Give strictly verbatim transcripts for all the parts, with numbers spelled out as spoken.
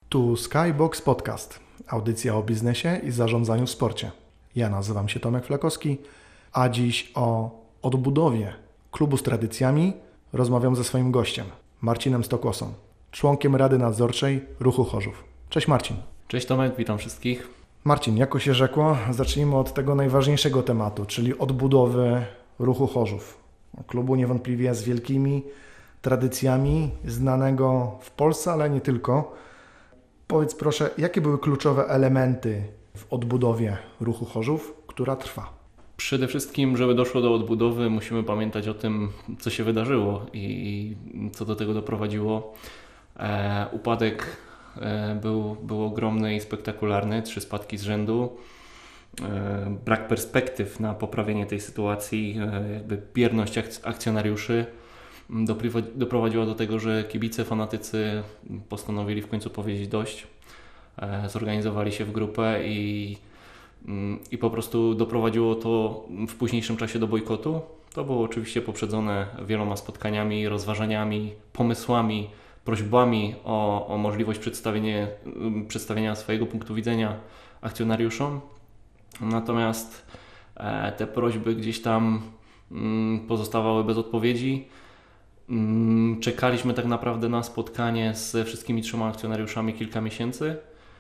Tu Skybox Podcast, audycja o biznesie i zarządzaniu w sporcie. Ja nazywam się Tomek Flakowski, a dziś o odbudowie klubu z tradycjami rozmawiam ze swoim gościem, Marcinem Stokłosą, członkiem Rady Nadzorczej Ruchu Chorzów. Cześć Marcin. Cześć Tomek, witam wszystkich. Marcin, jako się rzekło, zacznijmy od tego najważniejszego tematu, czyli odbudowy Ruchu Chorzów. Klubu niewątpliwie z wielkimi tradycjami, znanego w Polsce, ale nie tylko. Powiedz proszę, jakie były kluczowe elementy w odbudowie Ruchu Chorzów, która trwa? Przede wszystkim, żeby doszło do odbudowy, musimy pamiętać o tym, co się wydarzyło i co do tego doprowadziło. E, upadek e, był, był ogromny i spektakularny, trzy spadki z rzędu. E, brak perspektyw na poprawienie tej sytuacji, e, jakby bierność akc- akcjonariuszy doprowadziła do tego, że kibice, fanatycy postanowili w końcu powiedzieć dość. Zorganizowali się w grupę i, i po prostu doprowadziło to w późniejszym czasie do bojkotu. To było oczywiście poprzedzone wieloma spotkaniami, rozważaniami, pomysłami, prośbami o, o możliwość przedstawienia, przedstawienia swojego punktu widzenia akcjonariuszom. Natomiast te prośby gdzieś tam pozostawały bez odpowiedzi. Czekaliśmy tak naprawdę na spotkanie ze wszystkimi trzema akcjonariuszami kilka miesięcy.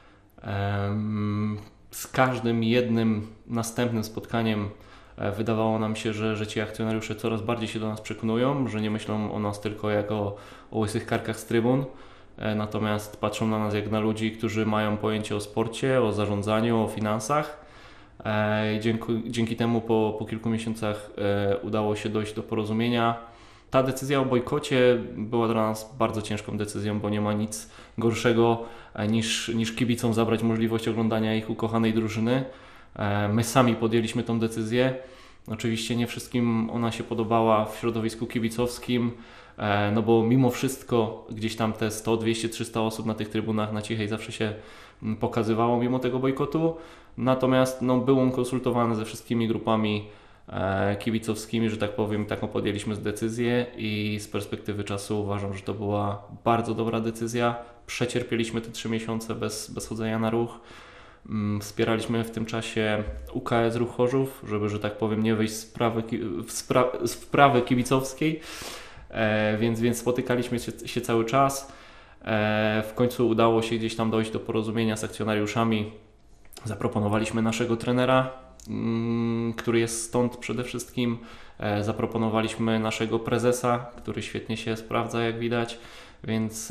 Z każdym jednym następnym spotkaniem wydawało nam się, że, że ci akcjonariusze coraz bardziej się do nas przekonują, że nie myślą o nas tylko jako o łysych karkach z trybun, natomiast patrzą na nas jak na ludzi, którzy mają pojęcie o sporcie, o zarządzaniu, o finansach. Dzięki, dzięki temu po, po kilku miesiącach udało się dojść do porozumienia. Ta decyzja o bojkocie była dla nas bardzo ciężką decyzją, bo nie ma nic gorszego niż, niż kibicom zabrać możliwość oglądania ich ukochanej drużyny. My sami podjęliśmy tą decyzję. Oczywiście nie wszystkim ona się podobała w środowisku kibicowskim, no bo mimo wszystko gdzieś tam te sto, dwieście, trzysta osób na tych trybunach na cichej zawsze się pokazywało mimo tego bojkotu. Natomiast no, był on konsultowany ze wszystkimi grupami kibicowskimi, że tak powiem, taką podjęliśmy decyzję i z perspektywy czasu uważam, że to była bardzo dobra decyzja. Przecierpieliśmy te trzy miesiące bez, bez chodzenia na ruch. Wspieraliśmy w tym czasie U K S Ruch Chorzów, żeby, że tak powiem, nie wejść w sprawy, w spra- w wprawy kibicowskiej, e, więc, więc spotykaliśmy się, się cały czas. E, w końcu udało się gdzieś tam dojść do porozumienia z akcjonariuszami. Zaproponowaliśmy naszego trenera, który jest stąd przede wszystkim. Zaproponowaliśmy naszego prezesa, który świetnie się sprawdza, jak widać, więc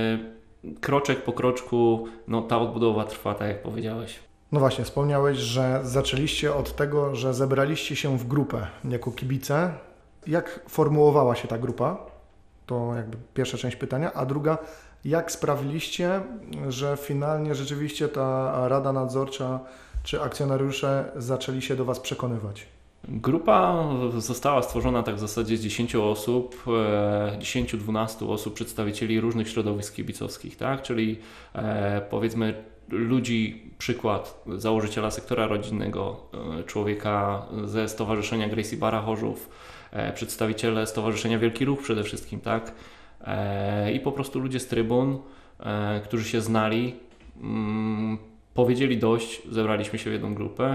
kroczek po kroczku no, ta odbudowa trwa, tak jak powiedziałeś. No właśnie, wspomniałeś, że zaczęliście od tego, że zebraliście się w grupę jako kibice. Jak formułowała się ta grupa? To jakby pierwsza część pytania, a druga, jak sprawiliście, że finalnie rzeczywiście ta Rada Nadzorcza czy akcjonariusze zaczęli się do Was przekonywać? Grupa została stworzona tak w zasadzie z dziesięciu osób, dziesięciu do dwunastu osób, przedstawicieli różnych środowisk kibicowskich, tak? Czyli e, powiedzmy ludzi, przykład założyciela sektora rodzinnego, e, człowieka ze Stowarzyszenia Gracie Barra Chorzów, e, przedstawiciele Stowarzyszenia Wielki Ruch przede wszystkim, tak? E, I po prostu ludzie z trybun, e, którzy się znali, mm, powiedzieli dość, zebraliśmy się w jedną grupę,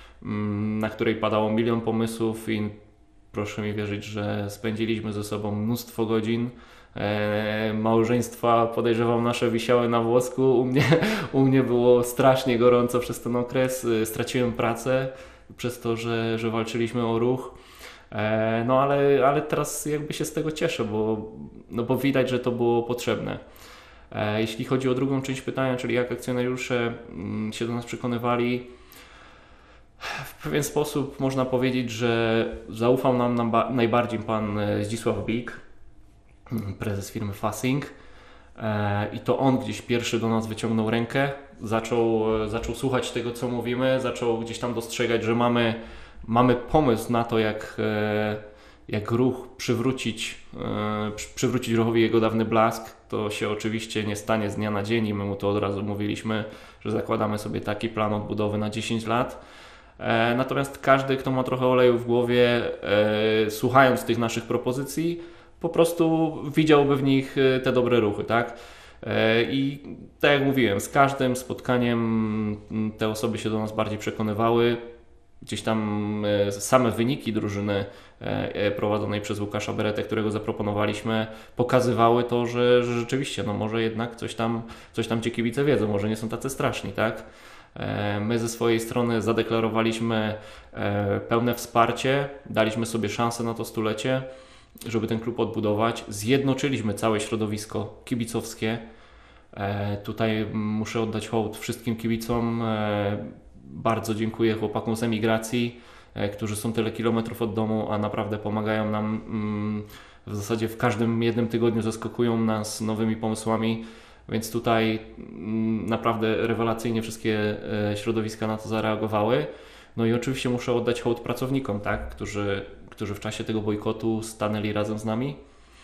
na której padało milion pomysłów i proszę mi wierzyć, że spędziliśmy ze sobą mnóstwo godzin. E, małżeństwa, podejrzewam, nasze wisiały na włosku. U mnie, u mnie było strasznie gorąco przez ten okres. Straciłem pracę przez to, że, że walczyliśmy o ruch. E, no ale, ale teraz jakby się z tego cieszę, bo, no bo widać, że to było potrzebne. Jeśli chodzi o drugą część pytania, czyli jak akcjonariusze się do nas przekonywali, w pewien sposób można powiedzieć, że zaufał nam najbardziej pan Zdzisław Bik, prezes firmy Fassing, i to on gdzieś pierwszy do nas wyciągnął rękę, zaczął, zaczął słuchać tego, co mówimy, zaczął gdzieś tam dostrzegać, że mamy, mamy pomysł na to, jak jak ruch przywrócić, yy, przywrócić ruchowi jego dawny blask. To się oczywiście nie stanie z dnia na dzień i my mu to od razu mówiliśmy, że zakładamy sobie taki plan odbudowy na dziesięć lat. E, natomiast każdy, kto ma trochę oleju w głowie, e, słuchając tych naszych propozycji, po prostu widziałby w nich te dobre ruchy, tak? I tak jak mówiłem, z każdym spotkaniem te osoby się do nas bardziej przekonywały. Gdzieś tam same wyniki drużyny prowadzonej przez Łukasza Beretę, którego zaproponowaliśmy, pokazywały to, że, że rzeczywiście, no może jednak coś tam, coś tam ci kibice wiedzą, może nie są tacy straszni, tak? My ze swojej strony zadeklarowaliśmy pełne wsparcie, daliśmy sobie szansę na to stulecie, żeby ten klub odbudować. Zjednoczyliśmy całe środowisko kibicowskie. Tutaj muszę oddać hołd wszystkim kibicom. Bardzo dziękuję chłopakom z emigracji, którzy są tyle kilometrów od domu, a naprawdę pomagają nam. W zasadzie w każdym jednym tygodniu zaskakują nas nowymi pomysłami, więc tutaj naprawdę rewelacyjnie wszystkie środowiska na to zareagowały. No i oczywiście muszę oddać hołd pracownikom, tak, którzy, którzy w czasie tego bojkotu stanęli razem z nami.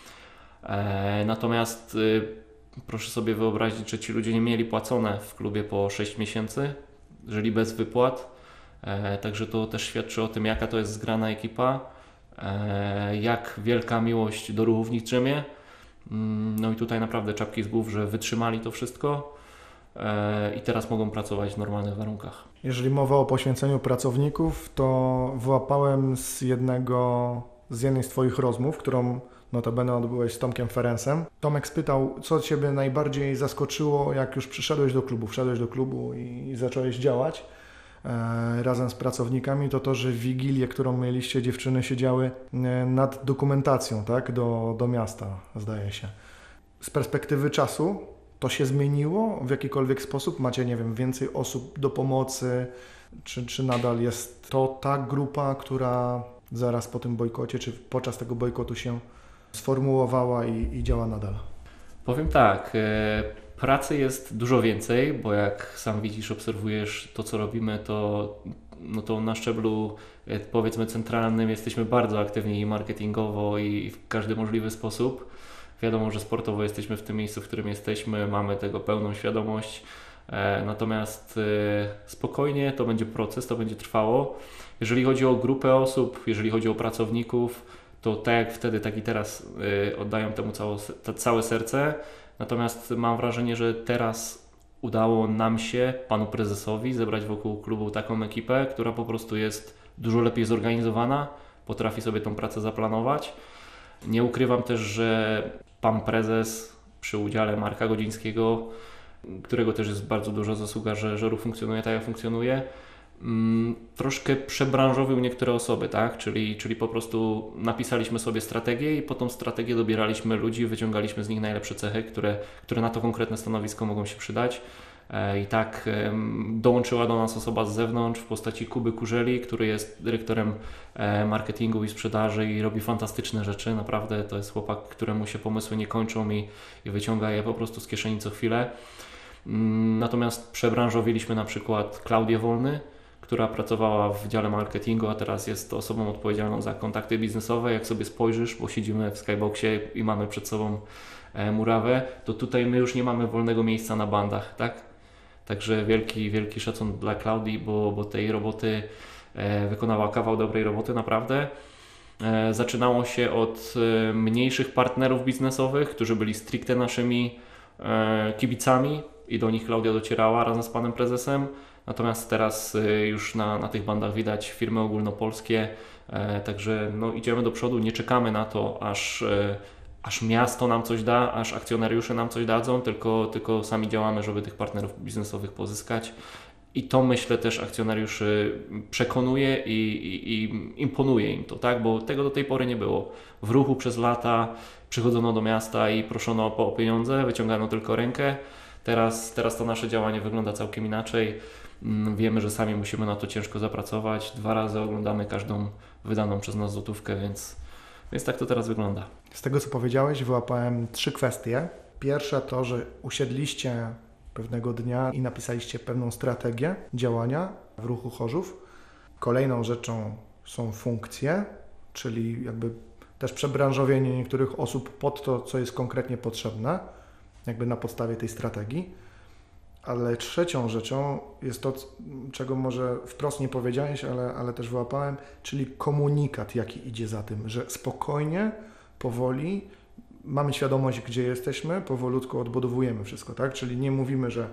Natomiast proszę sobie wyobrazić, że ci ludzie nie mieli płacone w klubie po sześć miesięcy, żyli bez wypłat, e, także to też świadczy o tym, jaka to jest zgrana ekipa, e, jak wielka miłość do ruchu w nich drzemie. Mm, no i tutaj naprawdę czapki z głów, że wytrzymali to wszystko e, i teraz mogą pracować w normalnych warunkach. Jeżeli mowa o poświęceniu pracowników, to wyłapałem z jednego, z jednej z Twoich rozmów, którą notabene odbyłeś z Tomkiem Ferencem. Tomek spytał, co Ciebie najbardziej zaskoczyło, jak już przyszedłeś do klubu, wszedłeś do klubu i, i zacząłeś działać e, razem z pracownikami, to to, że w Wigilię, którą mieliście, dziewczyny siedziały e, nad dokumentacją, tak, do, do miasta, zdaje się. Z perspektywy czasu to się zmieniło w jakikolwiek sposób? Macie, nie wiem, więcej osób do pomocy? Czy, czy nadal jest to ta grupa, która zaraz po tym bojkocie, czy podczas tego bojkotu się sformułowała i, i działa nadal? Powiem tak, e, pracy jest dużo więcej, bo jak sam widzisz, obserwujesz to, co robimy, to, no to na szczeblu e, powiedzmy centralnym jesteśmy bardzo aktywni i marketingowo i w każdy możliwy sposób. Wiadomo, że sportowo jesteśmy w tym miejscu, w którym jesteśmy, mamy tego pełną świadomość, e, natomiast e, spokojnie to będzie proces, to będzie trwało. Jeżeli chodzi o grupę osób, jeżeli chodzi o pracowników, to tak jak wtedy, tak i teraz y, oddają temu całe, całe serce. Natomiast mam wrażenie, że teraz udało nam się, panu prezesowi, zebrać wokół klubu taką ekipę, która po prostu jest dużo lepiej zorganizowana, potrafi sobie tą pracę zaplanować. Nie ukrywam też, że pan prezes przy udziale Marka Godzińskiego, którego też jest bardzo duża zasługa, że, że ruch funkcjonuje tak jak funkcjonuje, troszkę przebranżowił niektóre osoby, tak? Czyli, czyli po prostu napisaliśmy sobie strategię i po tą strategię dobieraliśmy ludzi, wyciągaliśmy z nich najlepsze cechy, które, które na to konkretne stanowisko mogą się przydać. I tak dołączyła do nas osoba z zewnątrz w postaci Kuby Kurzeli, który jest dyrektorem marketingu i sprzedaży i robi fantastyczne rzeczy. Naprawdę to jest chłopak, któremu się pomysły nie kończą i, i wyciąga je po prostu z kieszeni co chwilę. Natomiast przebranżowiliśmy na przykład Klaudię Wolny, która pracowała w dziale marketingu, a teraz jest osobą odpowiedzialną za kontakty biznesowe. Jak sobie spojrzysz, bo siedzimy w Skyboxie i mamy przed sobą murawę, to tutaj my już nie mamy wolnego miejsca na bandach, tak? Także wielki, wielki szacun dla Klaudii, bo, bo tej roboty e, wykonała kawał dobrej roboty, naprawdę. E, zaczynało się od e, mniejszych partnerów biznesowych, którzy byli stricte naszymi e, kibicami i do nich Klaudia docierała razem z panem prezesem. Natomiast teraz e, już na, na tych bandach widać firmy ogólnopolskie, e, także no, idziemy do przodu, nie czekamy na to, aż e, aż miasto nam coś da, aż akcjonariusze nam coś dadzą, tylko, tylko sami działamy, żeby tych partnerów biznesowych pozyskać. I to, myślę, też akcjonariuszy przekonuje i, i, i imponuje im to, tak? Bo tego do tej pory nie było. W ruchu przez lata przychodzono do miasta i proszono o, o pieniądze, wyciągano tylko rękę. Teraz, teraz to nasze działanie wygląda całkiem inaczej. Wiemy, że sami musimy na to ciężko zapracować. Dwa razy oglądamy każdą wydaną przez nas złotówkę, więc Więc tak to teraz wygląda. Z tego, co powiedziałeś, wyłapałem trzy kwestie. Pierwsza to, że usiedliście pewnego dnia i napisaliście pewną strategię działania w ruchu Chorzów. Kolejną rzeczą są funkcje, czyli jakby też przebranżowienie niektórych osób pod to, co jest konkretnie potrzebne, jakby na podstawie tej strategii. Ale trzecią rzeczą jest to, czego może wprost nie powiedziałeś, ale, ale też wyłapałem, czyli komunikat, jaki idzie za tym, że spokojnie, powoli mamy świadomość, gdzie jesteśmy, powolutku odbudowujemy wszystko, tak? Czyli nie mówimy, że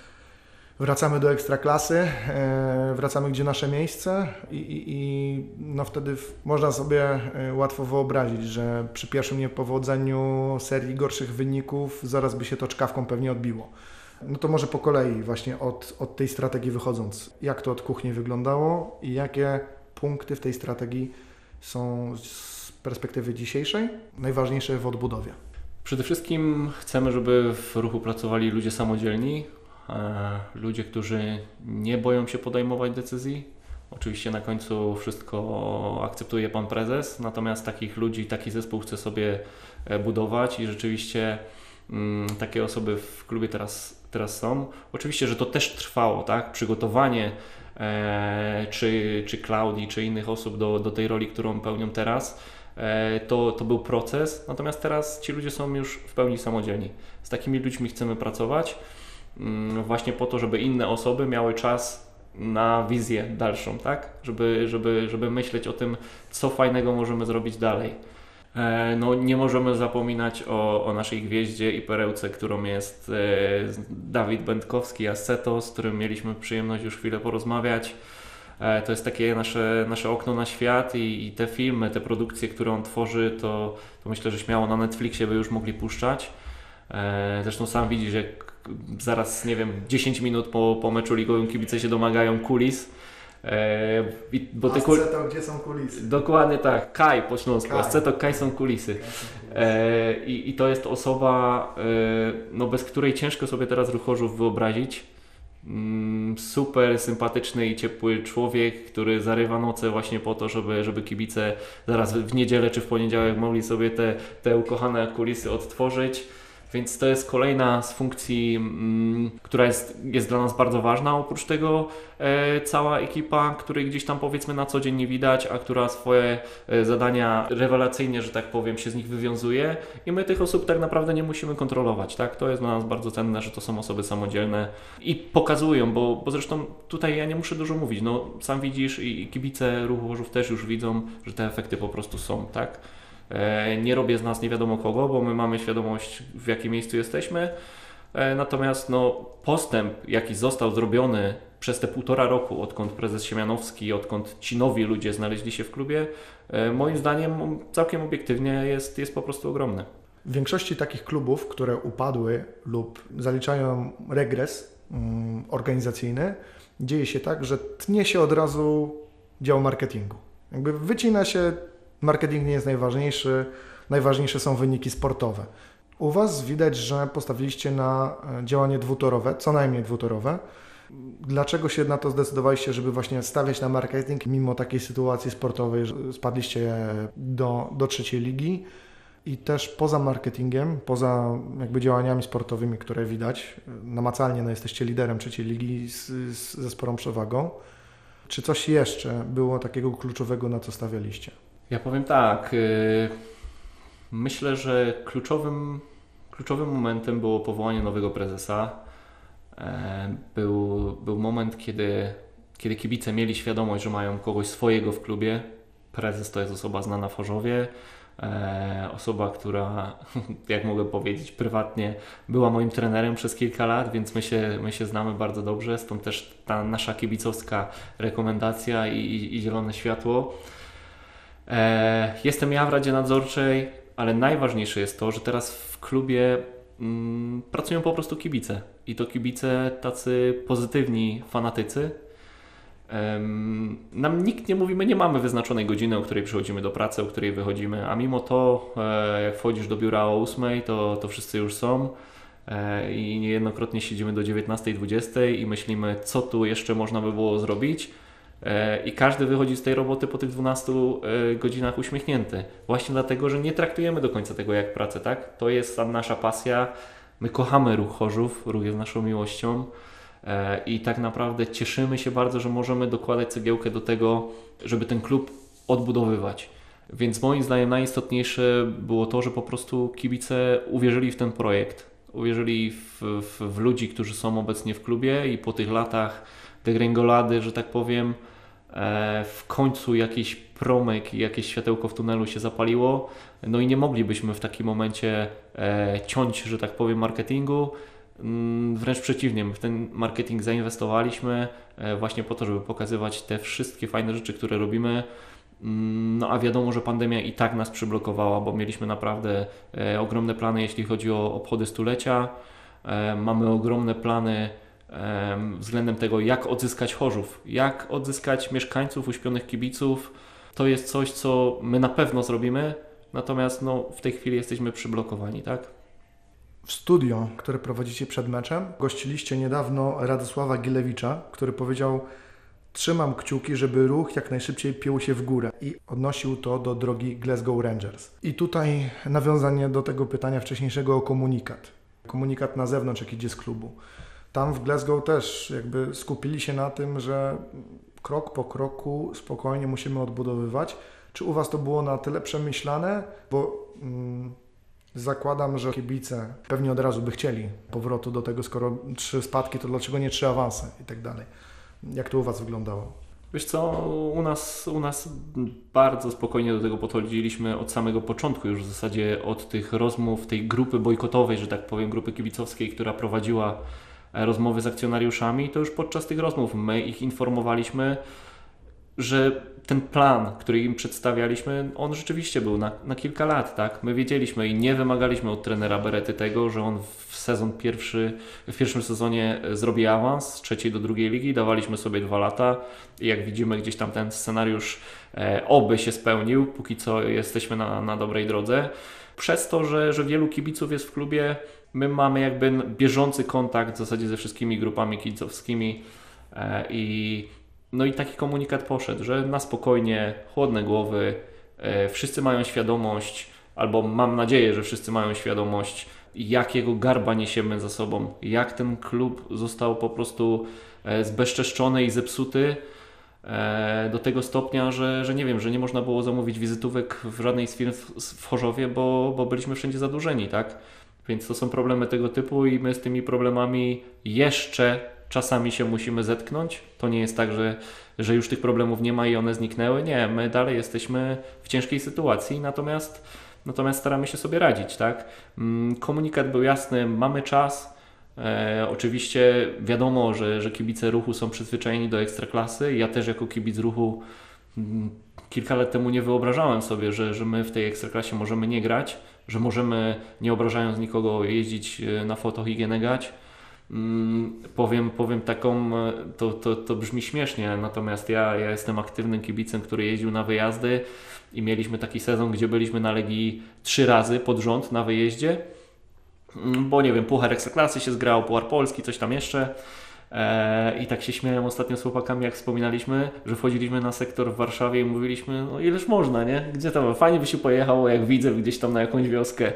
wracamy do ekstraklasy, e, wracamy gdzie nasze miejsce i, i, i no wtedy w, można sobie łatwo wyobrazić, że przy pierwszym niepowodzeniu serii gorszych wyników zaraz by się to czkawką pewnie odbiło. No to może po kolei właśnie od, od tej strategii wychodząc, jak to od kuchni wyglądało i jakie punkty w tej strategii są z perspektywy dzisiejszej najważniejsze w odbudowie? Przede wszystkim chcemy, żeby w ruchu pracowali ludzie samodzielni, ludzie, którzy nie boją się podejmować decyzji. Oczywiście na końcu wszystko akceptuje pan prezes, natomiast takich ludzi, taki zespół chce sobie budować i rzeczywiście mm, takie osoby w klubie teraz, teraz są. Oczywiście, że to też trwało, tak? Przygotowanie e, czy, czy Klaudii, czy innych osób do, do tej roli, którą pełnią teraz, e, to, to był proces, natomiast teraz ci ludzie są już w pełni samodzielni. Z takimi ludźmi chcemy pracować. Właśnie po to, żeby inne osoby miały czas na wizję dalszą, tak? Żeby, żeby, żeby myśleć o tym, co fajnego możemy zrobić dalej. No, nie możemy zapominać o, o naszej gwieździe i perełce, którą jest Dawid Będkowski, Asseto, z którym mieliśmy przyjemność już chwilę porozmawiać. To jest takie nasze, nasze okno na świat i, i te filmy, te produkcje, które on tworzy, to, to myślę, że śmiało na Netflixie by już mogli puszczać. Zresztą sam widzisz, jak zaraz, nie wiem, dziesięć minut po, po meczu ligowym kibice się domagają kulis. E, bo te kul... Asseto, gdzie są kulisy? Dokładnie tak, Kaj po śląsku, Asseto, Kaj są kulisy. E, i, I to jest osoba, e, no, bez której ciężko sobie teraz ruchorzów wyobrazić. Mm, super sympatyczny i ciepły człowiek, który zarywa noce właśnie po to, żeby, żeby kibice zaraz w niedzielę czy w poniedziałek mogli sobie te, te ukochane kulisy odtworzyć. Więc to jest kolejna z funkcji, m, która jest, jest dla nas bardzo ważna. Oprócz tego e, cała ekipa, której gdzieś tam powiedzmy na co dzień nie widać, a która swoje e, zadania rewelacyjnie, że tak powiem, się z nich wywiązuje i my tych osób tak naprawdę nie musimy kontrolować. Tak? To jest dla nas bardzo cenne, że to są osoby samodzielne i pokazują, bo, bo zresztą tutaj ja nie muszę dużo mówić. No, sam widzisz i, i kibice Ruchu Chorzów też już widzą, że te efekty po prostu są. Tak? Nie robię z nas nie wiadomo kogo, bo my mamy świadomość, w jakim miejscu jesteśmy. Natomiast no, postęp, jaki został zrobiony przez te półtora roku, odkąd prezes Siemianowski, odkąd ci nowi ludzie znaleźli się w klubie, moim zdaniem całkiem obiektywnie jest, jest po prostu ogromny. W większości takich klubów, które upadły lub zaliczają regres um, organizacyjny, dzieje się tak, że tnie się od razu dział marketingu. Jakby wycina się. Marketing nie jest najważniejszy, najważniejsze są wyniki sportowe. U Was widać, że postawiliście na działanie dwutorowe, co najmniej dwutorowe. Dlaczego się na to zdecydowaliście, żeby właśnie stawiać na marketing, mimo takiej sytuacji sportowej, że spadliście do, do trzeciej ligi i też poza marketingiem, poza jakby działaniami sportowymi, które widać, namacalnie no, jesteście liderem trzeciej ligi z, z, ze sporą przewagą. Czy coś jeszcze było takiego kluczowego, na co stawialiście? Ja powiem tak, yy, myślę, że kluczowym, kluczowym momentem było powołanie nowego prezesa. Yy, był, był moment, kiedy, kiedy kibice mieli świadomość, że mają kogoś swojego w klubie. Prezes to jest osoba znana w Chorzowie, yy, osoba, która, jak mogę powiedzieć prywatnie, była moim trenerem przez kilka lat, więc my się, my się znamy bardzo dobrze, stąd też ta nasza kibicowska rekomendacja i, i, i zielone światło. Jestem ja w Radzie Nadzorczej, ale najważniejsze jest to, że teraz w klubie mm, pracują po prostu kibice i to kibice tacy pozytywni fanatycy. Um, nam nikt nie mówi, my nie mamy wyznaczonej godziny, o której przychodzimy do pracy, o której wychodzimy, a mimo to e, jak wchodzisz do biura o ósmej, to, to wszyscy już są e, i niejednokrotnie siedzimy do dziewiętnastej, dwudziestej i myślimy, co tu jeszcze można by było zrobić. I każdy wychodzi z tej roboty po tych dwunastu godzinach uśmiechnięty. Właśnie dlatego, że nie traktujemy do końca tego jak pracę, tak? To jest nasza pasja. My kochamy Ruch Chorzów, Ruch jest naszą miłością i tak naprawdę cieszymy się bardzo, że możemy dokładać cegiełkę do tego, żeby ten klub odbudowywać. Więc moim zdaniem najistotniejsze było to, że po prostu kibice uwierzyli w ten projekt. Uwierzyli w, w, w ludzi, którzy są obecnie w klubie i po tych latach degrengolady, że tak powiem, w końcu jakiś promyk i jakieś światełko w tunelu się zapaliło, no i nie moglibyśmy w takim momencie ciąć, że tak powiem, marketingu. Wręcz przeciwnie, my w ten marketing zainwestowaliśmy właśnie po to, żeby pokazywać te wszystkie fajne rzeczy, które robimy. No a wiadomo, że pandemia i tak nas przyblokowała, bo mieliśmy naprawdę ogromne plany, jeśli chodzi o obchody stulecia. Mamy ogromne plany względem tego, jak odzyskać Chorzów, jak odzyskać mieszkańców, uśpionych kibiców. To jest coś, co my na pewno zrobimy, natomiast no, w tej chwili jesteśmy przyblokowani, tak? W studio, które prowadzicie przed meczem, gościliście niedawno Radosława Gilewicza, który powiedział: trzymam kciuki, żeby Ruch jak najszybciej piął się w górę, i odnosił to do drogi Glasgow Rangers. I tutaj nawiązanie do tego pytania wcześniejszego o komunikat. Komunikat na zewnątrz, jak idzie z klubu. Tam w Glasgow też jakby skupili się na tym, że krok po kroku spokojnie musimy odbudowywać. Czy u Was to było na tyle przemyślane? Bo mm, zakładam, że kibice pewnie od razu by chcieli powrotu do tego, skoro trzy spadki, to dlaczego nie trzy awanse i tak dalej. Jak to u Was wyglądało? Wiesz co, u nas, u nas bardzo spokojnie do tego podchodziliśmy od samego początku, już w zasadzie od tych rozmów, tej grupy bojkotowej, że tak powiem, grupy kibicowskiej, która prowadziła rozmowy z akcjonariuszami, to już podczas tych rozmów my ich informowaliśmy, że ten plan, który im przedstawialiśmy, on rzeczywiście był na, na kilka lat, tak? My wiedzieliśmy i nie wymagaliśmy od trenera Berety tego, że on w sezon pierwszy, w pierwszym sezonie zrobi awans z trzeciej do drugiej ligi, dawaliśmy sobie dwa lata i jak widzimy, gdzieś tam ten scenariusz e, oby się spełnił, póki co jesteśmy na, na dobrej drodze. Przez to, że, że wielu kibiców jest w klubie, my mamy jakby bieżący kontakt w zasadzie ze wszystkimi grupami kibicowskimi e, i no i taki komunikat poszedł, że na spokojnie, chłodne głowy, e, wszyscy mają świadomość, albo mam nadzieję, że wszyscy mają świadomość, jakiego garba niesiemy za sobą, jak ten klub został po prostu e, zbezczeszczony i zepsuty e, do tego stopnia, że, że nie wiem, że nie można było zamówić wizytówek w żadnej z firm w, w Chorzowie, bo, bo byliśmy wszędzie zadłużeni, tak? Więc to są problemy tego typu i my z tymi problemami jeszcze czasami się musimy zetknąć. To nie jest tak, że, że już tych problemów nie ma i one zniknęły. Nie, my dalej jesteśmy w ciężkiej sytuacji, natomiast, natomiast staramy się sobie radzić, tak? Komunikat był jasny, mamy czas. E, oczywiście wiadomo, że, że kibice Ruchu są przyzwyczajeni do Ekstraklasy. Ja też jako kibic Ruchu m, kilka lat temu nie wyobrażałem sobie, że, że my w tej Ekstraklasie możemy nie grać, że możemy, nie obrażając nikogo, jeździć na fotohigienę gać. Hmm, powiem, powiem taką, to, to, to brzmi śmiesznie, natomiast ja, ja jestem aktywnym kibicem, który jeździł na wyjazdy i mieliśmy taki sezon, gdzie byliśmy na Legii trzy razy pod rząd na wyjeździe, bo nie wiem, Puchar Ekstraklasy się zgrał, Puchar Polski, coś tam jeszcze. I tak się śmiałem ostatnio z chłopakami, jak wspominaliśmy, że wchodziliśmy na sektor w Warszawie i mówiliśmy, no ileż można, nie? Gdzie tam, fajnie by się pojechało, jak widzę gdzieś tam na jakąś wioskę.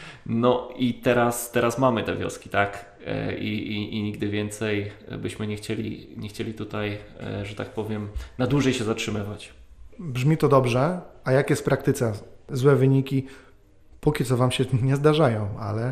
No i teraz, teraz mamy te wioski, tak? I, i, i nigdy więcej byśmy nie chcieli, nie chcieli tutaj, że tak powiem, na dłużej się zatrzymywać. Brzmi to dobrze, a jak jest w praktyce? Złe wyniki póki co Wam się nie zdarzają, ale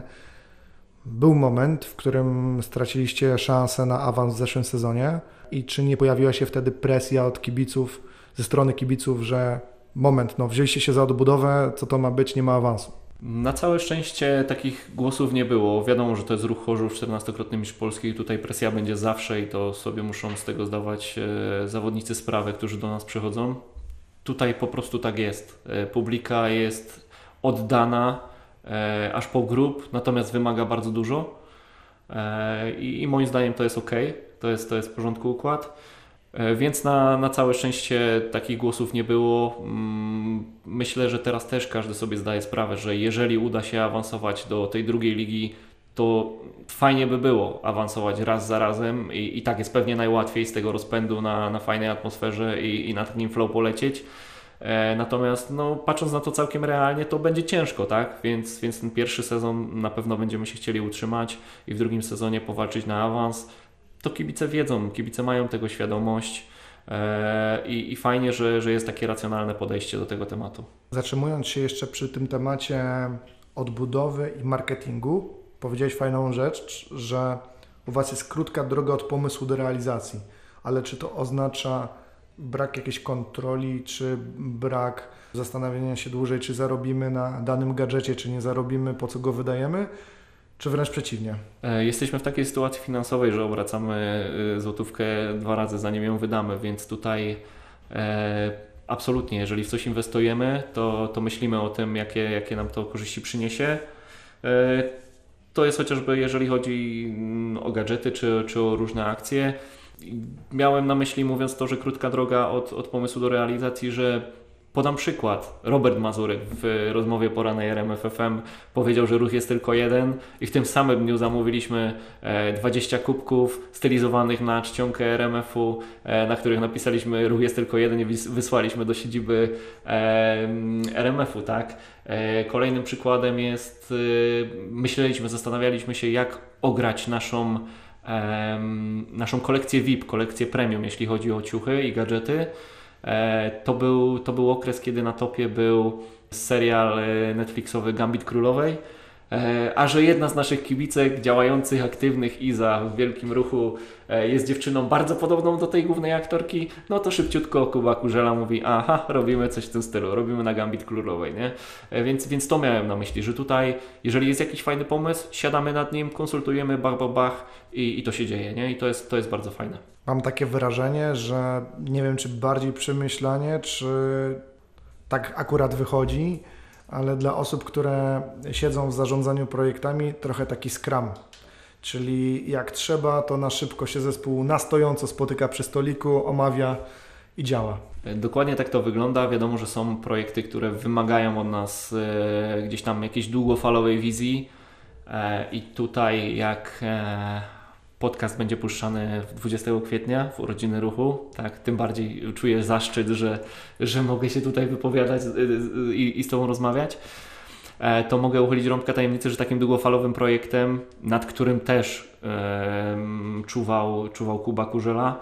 był moment, w którym straciliście szansę na awans w zeszłym sezonie i czy nie pojawiła się wtedy presja od kibiców, ze strony kibiców, że moment, no wzięliście się za odbudowę, co to ma być, nie ma awansu? Na całe szczęście takich głosów nie było. Wiadomo, że to jest Ruch Chorzów, czternastokrotny mistrz Polski i tutaj presja będzie zawsze i to sobie muszą z tego zdawać e, zawodnicy sprawę, którzy do nas przychodzą. Tutaj po prostu tak jest. E, publika jest oddana e, aż po grób, natomiast wymaga bardzo dużo e, i, i moim zdaniem to jest ok, to jest, to jest w porządku układ. Więc na, na całe szczęście takich głosów nie było. Myślę, że teraz też każdy sobie zdaje sprawę, że jeżeli uda się awansować do tej drugiej ligi, to fajnie by było awansować raz za razem i, i tak jest pewnie najłatwiej z tego rozpędu na, na fajnej atmosferze i, i na takim flow polecieć. E, natomiast no, patrząc na to całkiem realnie, to będzie ciężko, tak? Więc, więc ten pierwszy sezon na pewno będziemy się chcieli utrzymać i w drugim sezonie powalczyć na awans. To kibice wiedzą, kibice mają tego świadomość e, i, i fajnie, że, że jest takie racjonalne podejście do tego tematu. Zatrzymując się jeszcze przy tym temacie odbudowy i marketingu, powiedziałeś fajną rzecz, że u Was jest krótka droga od pomysłu do realizacji, ale czy to oznacza brak jakiejś kontroli, czy brak zastanawiania się dłużej, czy zarobimy na danym gadżecie, czy nie zarobimy, po co go wydajemy, czy wręcz przeciwnie? Jesteśmy w takiej sytuacji finansowej, że obracamy złotówkę dwa razy zanim ją wydamy, więc tutaj e, absolutnie, jeżeli w coś inwestujemy, to, to myślimy o tym, jakie, jakie nam to korzyści przyniesie. E, to jest chociażby jeżeli chodzi o gadżety, czy, czy o różne akcje. Miałem na myśli, mówiąc to, że krótka droga od, od pomysłu do realizacji, że podam przykład. Robert Mazurek w rozmowie porannej R M F F M powiedział, że ruch jest tylko jeden i w tym samym dniu zamówiliśmy dwadzieścia kubków stylizowanych na czcionkę R M F u, na których napisaliśmy ruch jest tylko jeden i wysłaliśmy do siedziby R M F u, tak? Kolejnym przykładem jest, myśleliśmy, zastanawialiśmy się, jak ograć naszą, naszą kolekcję V I P, kolekcję premium, jeśli chodzi o ciuchy i gadżety. To był, to był okres, kiedy na topie był serial Netflixowy Gambit Królowej, a że jedna z naszych kibicek działających, aktywnych Iza w wielkim ruchu jest dziewczyną bardzo podobną do tej głównej aktorki, no to szybciutko Kuba Kurzela mówi, aha, robimy coś w tym stylu, robimy na Gambit Królowej, nie? Więc, więc to miałem na myśli, że tutaj, jeżeli jest jakiś fajny pomysł, siadamy nad nim, konsultujemy, bach, bach, bach i, i to się dzieje, nie? I to jest, to jest bardzo fajne. Mam takie wrażenie, że nie wiem, czy bardziej przemyślanie, czy tak akurat wychodzi, ale dla osób, które siedzą w zarządzaniu projektami, trochę taki scrum. Czyli jak trzeba, to na szybko się zespół na stojąco spotyka przy stoliku, omawia i działa. Dokładnie tak to wygląda. Wiadomo, że są projekty, które wymagają od nas e, gdzieś tam jakiejś długofalowej wizji e, i tutaj jak e, podcast będzie puszczany dwudziestego kwietnia w urodziny ruchu, tak, tym bardziej czuję zaszczyt, że, że mogę się tutaj wypowiadać i, i z Tobą rozmawiać. To mogę uchylić rąbkę tajemnicy, że takim długofalowym projektem, nad którym też e, czuwał, czuwał Kuba Kurzela,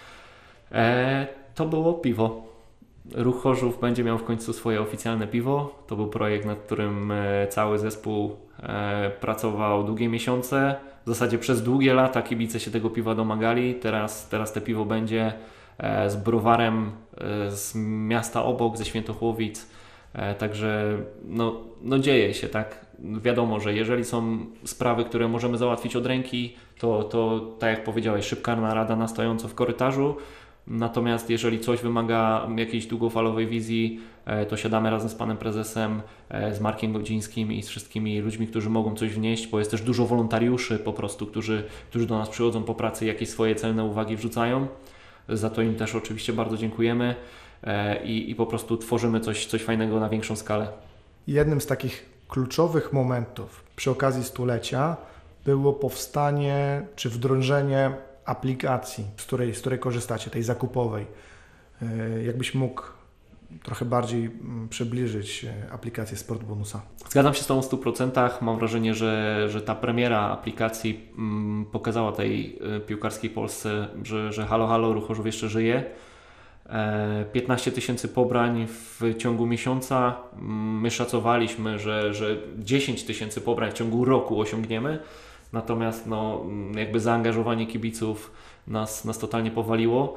e, to było piwo. Ruch Chorzów będzie miał w końcu swoje oficjalne piwo. To był projekt, nad którym e, cały zespół e, pracował długie miesiące. W zasadzie przez długie lata kibice się tego piwa domagali. Teraz, teraz te piwo będzie e, z browarem e, z miasta obok, ze Świętochłowic. E, także no, no dzieje się, tak? Wiadomo, że jeżeli są sprawy, które możemy załatwić od ręki, to, to tak jak powiedziałeś, szybka narada na stojąco w korytarzu. Natomiast jeżeli coś wymaga jakiejś długofalowej wizji, to siadamy razem z panem prezesem, z Markiem Godzińskim i z wszystkimi ludźmi, którzy mogą coś wnieść, bo jest też dużo wolontariuszy po prostu, którzy, którzy do nas przychodzą po pracy i jakieś swoje celne uwagi wrzucają. Za to im też oczywiście bardzo dziękujemy i, i po prostu tworzymy coś, coś fajnego na większą skalę. Jednym z takich kluczowych momentów przy okazji stulecia było powstanie czy wdrożenie aplikacji, z której, z której korzystacie, tej zakupowej. Jakbyś mógł trochę bardziej przybliżyć aplikację Sportbonusa? Zgadzam się z Tobą w stu procentach. Mam wrażenie, że, że ta premiera aplikacji mm, pokazała tej piłkarskiej Polsce, że, że halo, halo, Ruch Chorzów jeszcze żyje. E, piętnaście tysięcy pobrań w ciągu miesiąca. My szacowaliśmy, że, że dziesięć tysięcy pobrań w ciągu roku osiągniemy. Natomiast no, jakby zaangażowanie kibiców nas, nas totalnie powaliło.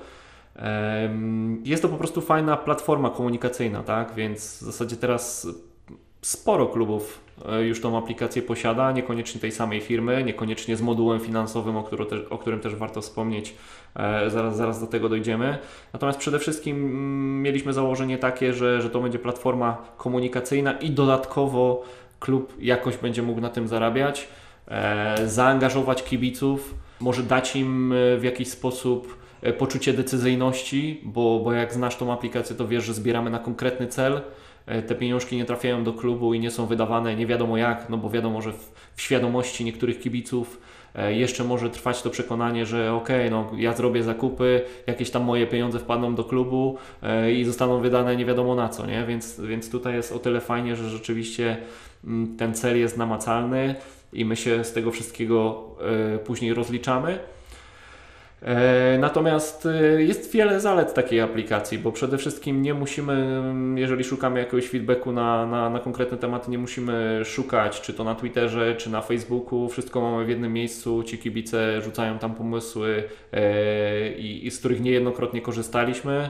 Jest to po prostu fajna platforma komunikacyjna, tak? Więc w zasadzie teraz sporo klubów już tą aplikację posiada, niekoniecznie tej samej firmy, niekoniecznie z modułem finansowym, o, który też, o którym też warto wspomnieć, zaraz, zaraz do tego dojdziemy. Natomiast przede wszystkim mieliśmy założenie takie, że, że to będzie platforma komunikacyjna i dodatkowo klub jakoś będzie mógł na tym zarabiać. Zaangażować kibiców, może dać im w jakiś sposób poczucie decyzyjności, bo, bo jak znasz tą aplikację, to wiesz, że zbieramy na konkretny cel. Te pieniążki nie trafiają do klubu i nie są wydawane nie wiadomo jak, no bo wiadomo, że w, w świadomości niektórych kibiców jeszcze może trwać to przekonanie, że okej, okay, no ja zrobię zakupy, jakieś tam moje pieniądze wpadną do klubu i zostaną wydane nie wiadomo na co, nie? Więc, więc tutaj jest o tyle fajnie, że rzeczywiście ten cel jest namacalny i my się z tego wszystkiego y, później rozliczamy. Natomiast jest wiele zalet takiej aplikacji, bo przede wszystkim nie musimy, jeżeli szukamy jakiegoś feedbacku na, na, na konkretne tematy, nie musimy szukać, czy to na Twitterze, czy na Facebooku, wszystko mamy w jednym miejscu, ci kibice rzucają tam pomysły i, i z których niejednokrotnie korzystaliśmy.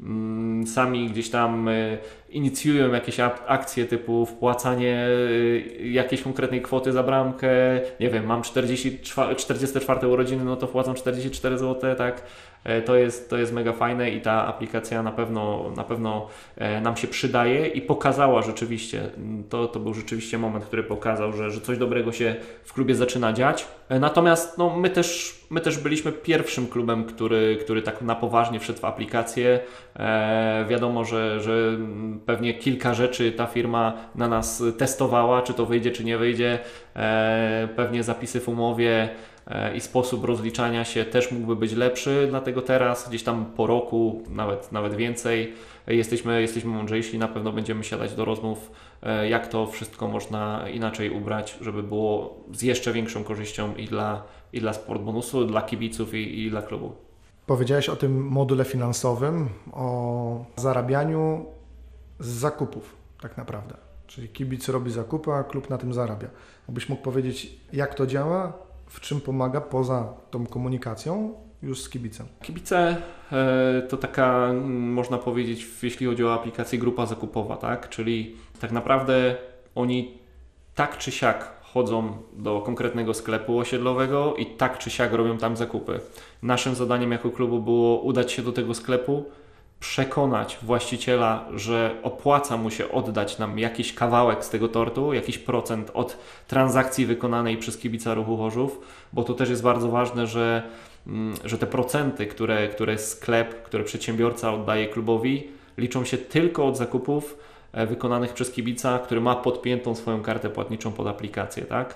Sami gdzieś tam inicjują jakieś akcje typu wpłacanie jakiejś konkretnej kwoty za bramkę, nie wiem, mam czterdzieste czwarte urodziny, no to wpłacam czterdzieści cztery złote, tak? To jest, to jest mega fajne i ta aplikacja na pewno, na pewno nam się przydaje i pokazała rzeczywiście, to, to był rzeczywiście moment, który pokazał, że, że coś dobrego się w klubie zaczyna dziać. Natomiast no, my, też, my też byliśmy pierwszym klubem, który, który tak na poważnie wszedł w aplikację. E, wiadomo, że, że pewnie kilka rzeczy ta firma na nas testowała, czy to wyjdzie, czy nie wyjdzie. E, pewnie zapisy w umowie i sposób rozliczania się też mógłby być lepszy, dlatego teraz gdzieś tam po roku, nawet, nawet więcej, jesteśmy, jesteśmy mądrzejsi, na pewno będziemy siadać do rozmów, jak to wszystko można inaczej ubrać, żeby było z jeszcze większą korzyścią i dla, i dla Sport Bonusu, dla kibiców i, i dla klubu. Powiedziałeś o tym module finansowym, o zarabianiu z zakupów tak naprawdę, czyli kibic robi zakupy, a klub na tym zarabia. Jakbyś mógł powiedzieć, jak to działa? W czym pomaga poza tą komunikacją już z kibicem? Kibice to taka, można powiedzieć, jeśli chodzi o aplikację, grupa zakupowa, tak? Czyli tak naprawdę oni tak czy siak chodzą do konkretnego sklepu osiedlowego i tak czy siak robią tam zakupy. Naszym zadaniem jako klubu było udać się do tego sklepu, przekonać właściciela, że opłaca mu się oddać nam jakiś kawałek z tego tortu, jakiś procent od transakcji wykonanej przez kibica Ruchu Chorzów, bo to też jest bardzo ważne, że, że te procenty, które, które sklep, które przedsiębiorca oddaje klubowi, liczą się tylko od zakupów wykonanych przez kibica, który ma podpiętą swoją kartę płatniczą pod aplikację, tak?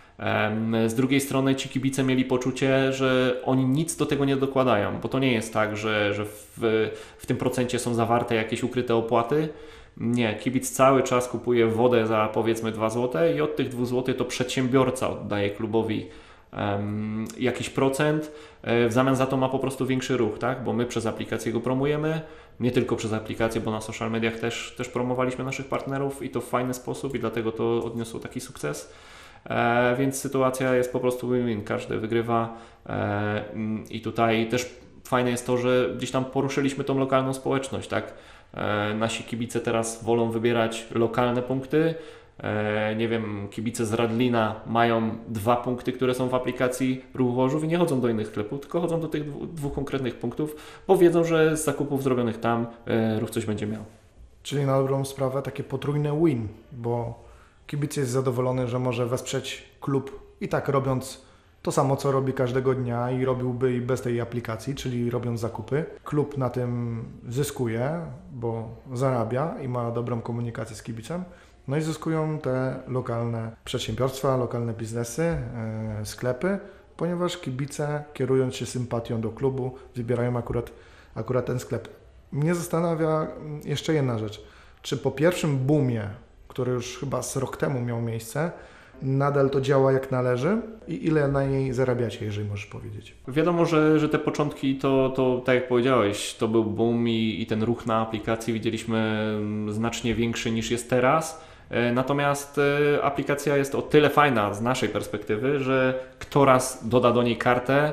Z drugiej strony ci kibice mieli poczucie, że oni nic do tego nie dokładają, bo to nie jest tak, że, że w, w tym procencie są zawarte jakieś ukryte opłaty. Nie, kibic cały czas kupuje wodę za powiedzmy dwa złote i od tych dwóch złotych to przedsiębiorca oddaje klubowi um, jakiś procent. W zamian za to ma po prostu większy ruch, tak? Bo my przez aplikację go promujemy, nie tylko przez aplikację, bo na social mediach też, też promowaliśmy naszych partnerów i to w fajny sposób i dlatego to odniosło taki sukces. E, więc sytuacja jest po prostu win-win, każdy wygrywa e, i tutaj też fajne jest to, że gdzieś tam poruszyliśmy tą lokalną społeczność, tak? E, nasi kibice teraz wolą wybierać lokalne punkty, e, nie wiem, kibice z Radlina mają dwa punkty, które są w aplikacji Ruchu Chorzów i nie chodzą do innych sklepów, tylko chodzą do tych dwóch, dwóch konkretnych punktów, bo wiedzą, że z zakupów zrobionych tam e, Ruch coś będzie miał. Czyli na dobrą sprawę takie potrójne win, bo kibic jest zadowolony, że może wesprzeć klub i tak robiąc to samo, co robi każdego dnia i robiłby i bez tej aplikacji, czyli robiąc zakupy. Klub na tym zyskuje, bo zarabia i ma dobrą komunikację z kibicem. No i zyskują te lokalne przedsiębiorstwa, lokalne biznesy, yy, sklepy, ponieważ kibice, kierując się sympatią do klubu, wybierają akurat, akurat ten sklep. Mnie zastanawia jeszcze jedna rzecz. Czy po pierwszym boomie, który już chyba z rok temu miał miejsce, nadal to działa jak należy i ile na niej zarabiacie, jeżeli możesz powiedzieć? Wiadomo, że, że te początki to, to tak jak powiedziałeś, to był boom i, i ten ruch na aplikacji widzieliśmy znacznie większy niż jest teraz. Natomiast aplikacja jest o tyle fajna z naszej perspektywy, że kto raz doda do niej kartę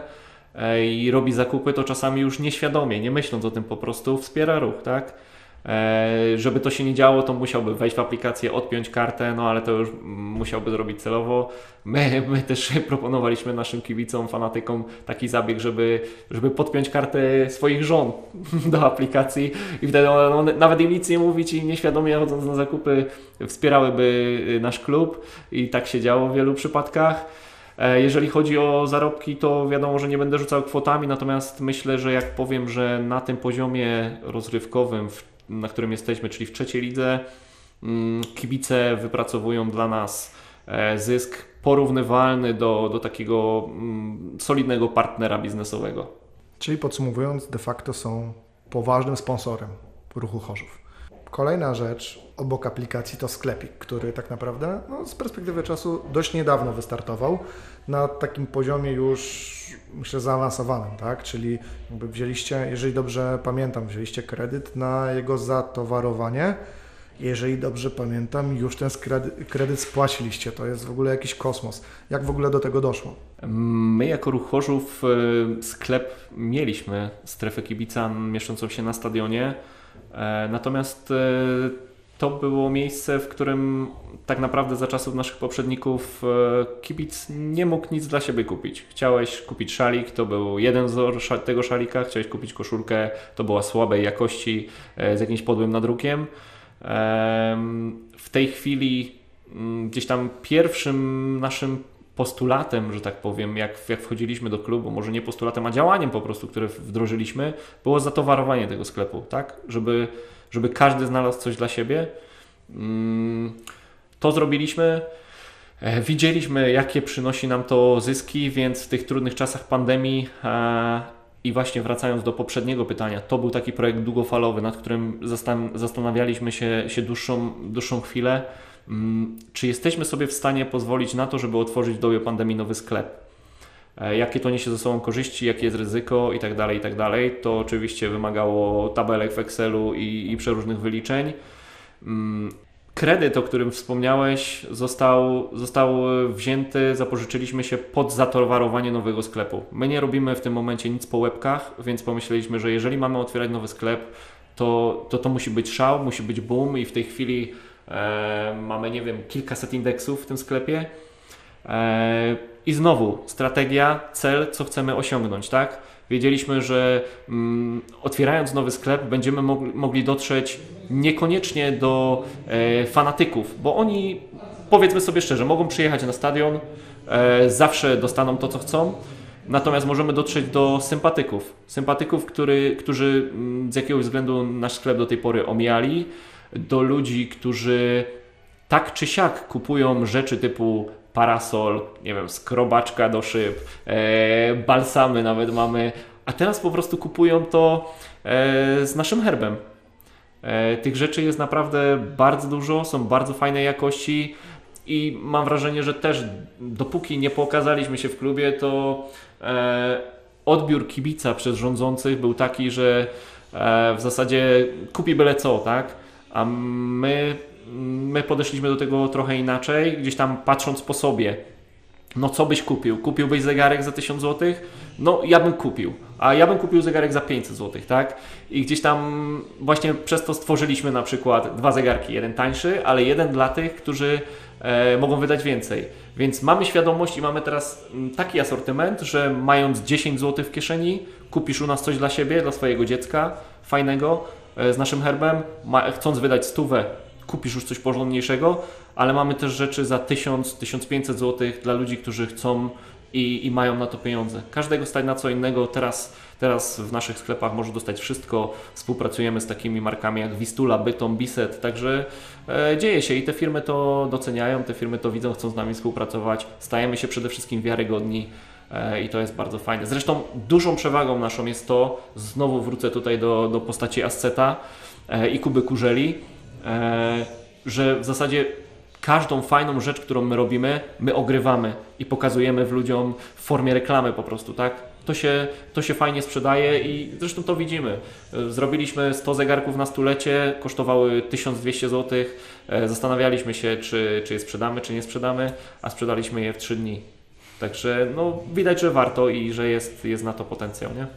i robi zakupy, to czasami już nieświadomie, nie myśląc o tym, po prostu wspiera ruch, tak? Żeby to się nie działo, to musiałby wejść w aplikację, odpiąć kartę, no ale to już musiałby zrobić celowo. My, my też proponowaliśmy naszym kibicom, fanatykom taki zabieg, żeby, żeby podpiąć kartę swoich żon do aplikacji i wtedy one, one, nawet im nic nie mówić i nieświadomie chodząc na zakupy wspierałyby nasz klub i tak się działo w wielu przypadkach. Jeżeli chodzi o zarobki, to wiadomo, że nie będę rzucał kwotami, natomiast myślę, że jak powiem, że na tym poziomie rozrywkowym, na którym jesteśmy, czyli w trzeciej lidze, kibice wypracowują dla nas zysk porównywalny do, do takiego solidnego partnera biznesowego. Czyli podsumowując, de facto są poważnym sponsorem Ruchu Chorzów. Kolejna rzecz obok aplikacji to sklepik, który tak naprawdę no, z perspektywy czasu dość niedawno wystartował na takim poziomie już myślę zaawansowanym, tak? Czyli jakby wzięliście, jeżeli dobrze pamiętam, wzięliście kredyt na jego zatowarowanie. Jeżeli dobrze pamiętam, już ten kredyt, kredyt spłaciliście. To jest w ogóle jakiś kosmos. Jak w ogóle do tego doszło? My jako Ruch Chorzów sklep mieliśmy, strefę kibica mieszczącą się na stadionie, natomiast to było miejsce, w którym tak naprawdę za czasów naszych poprzedników kibic nie mógł nic dla siebie kupić. Chciałeś kupić szalik, to był jeden wzór tego szalika, chciałeś kupić koszulkę, to była słabej jakości z jakimś podłym nadrukiem. W tej chwili gdzieś tam pierwszym naszym postulatem, że tak powiem, jak, jak wchodziliśmy do klubu, może nie postulatem, a działaniem po prostu, które wdrożyliśmy, było zatowarowanie tego sklepu, tak? Żeby, żeby każdy znalazł coś dla siebie. To zrobiliśmy. Widzieliśmy, jakie przynosi nam to zyski, więc w tych trudnych czasach pandemii i właśnie wracając do poprzedniego pytania, to był taki projekt długofalowy, nad którym zastanawialiśmy się, się dłuższą, dłuższą chwilę. Czy jesteśmy sobie w stanie pozwolić na to, żeby otworzyć w dobie pandemii nowy sklep? Jakie to niesie ze sobą korzyści, jakie jest ryzyko i tak dalej, i tak dalej. To oczywiście wymagało tabelek w Excelu i, i przeróżnych wyliczeń. Kredyt, o którym wspomniałeś, został, został wzięty, zapożyczyliśmy się pod zatowarowanie nowego sklepu. My nie robimy w tym momencie nic po łebkach, więc pomyśleliśmy, że jeżeli mamy otwierać nowy sklep, to to, to musi być szał, musi być boom i w tej chwili e, mamy, nie wiem, kilkaset indeksów w tym sklepie. E, I znowu strategia, cel, co chcemy osiągnąć, tak? Wiedzieliśmy, że mm, otwierając nowy sklep będziemy mogli, mogli dotrzeć niekoniecznie do e, fanatyków, bo oni, powiedzmy sobie szczerze, mogą przyjechać na stadion, e, zawsze dostaną to, co chcą, natomiast możemy dotrzeć do sympatyków. Sympatyków, który, którzy mm, z jakiegoś względu nasz sklep do tej pory omijali, do ludzi, którzy tak czy siak kupują rzeczy typu parasol, nie wiem, skrobaczka do szyb, e, balsamy nawet mamy, a teraz po prostu kupują to e, z naszym herbem. E, tych rzeczy jest naprawdę bardzo dużo, są bardzo fajnej jakości i mam wrażenie, że też dopóki nie pokazaliśmy się w klubie, to e, odbiór kibica przez rządzących był taki, że e, w zasadzie kupi byle co, tak? A my My podeszliśmy do tego trochę inaczej, gdzieś tam patrząc po sobie. No co byś kupił? Kupiłbyś zegarek za tysiąc złotych? No ja bym kupił, a ja bym kupił zegarek za pięćset złotych, tak? I gdzieś tam właśnie przez to stworzyliśmy na przykład dwa zegarki, jeden tańszy, ale jeden dla tych, którzy e, mogą wydać więcej. Więc mamy świadomość i mamy teraz taki asortyment, że mając dziesięć złotych w kieszeni, kupisz u nas coś dla siebie, dla swojego dziecka, fajnego, e, z naszym herbem, ma, chcąc wydać stówę, kupisz już coś porządniejszego, ale mamy też rzeczy za tysiąc do tysiąc pięćset złotych dla ludzi, którzy chcą i, i mają na to pieniądze. Każdego stać na co innego. Teraz, teraz w naszych sklepach może dostać wszystko. Współpracujemy z takimi markami jak Wistula, Bytom, Biset, także e, dzieje się i te firmy to doceniają, te firmy to widzą, chcą z nami współpracować. Stajemy się przede wszystkim wiarygodni e, i to jest bardzo fajne. Zresztą dużą przewagą naszą jest to, znowu wrócę tutaj do, do postaci Asceta e, i Kuby Kurzeli, że w zasadzie każdą fajną rzecz, którą my robimy, my ogrywamy i pokazujemy w ludziom w formie reklamy po prostu, tak? To się, to się fajnie sprzedaje i zresztą to widzimy. Zrobiliśmy sto zegarków na stulecie, kosztowały tysiąc dwieście złotych. Zastanawialiśmy się, czy, czy je sprzedamy, czy nie sprzedamy, a sprzedaliśmy je w trzy dni. Także no, widać, że warto i że jest, jest na to potencjał, nie?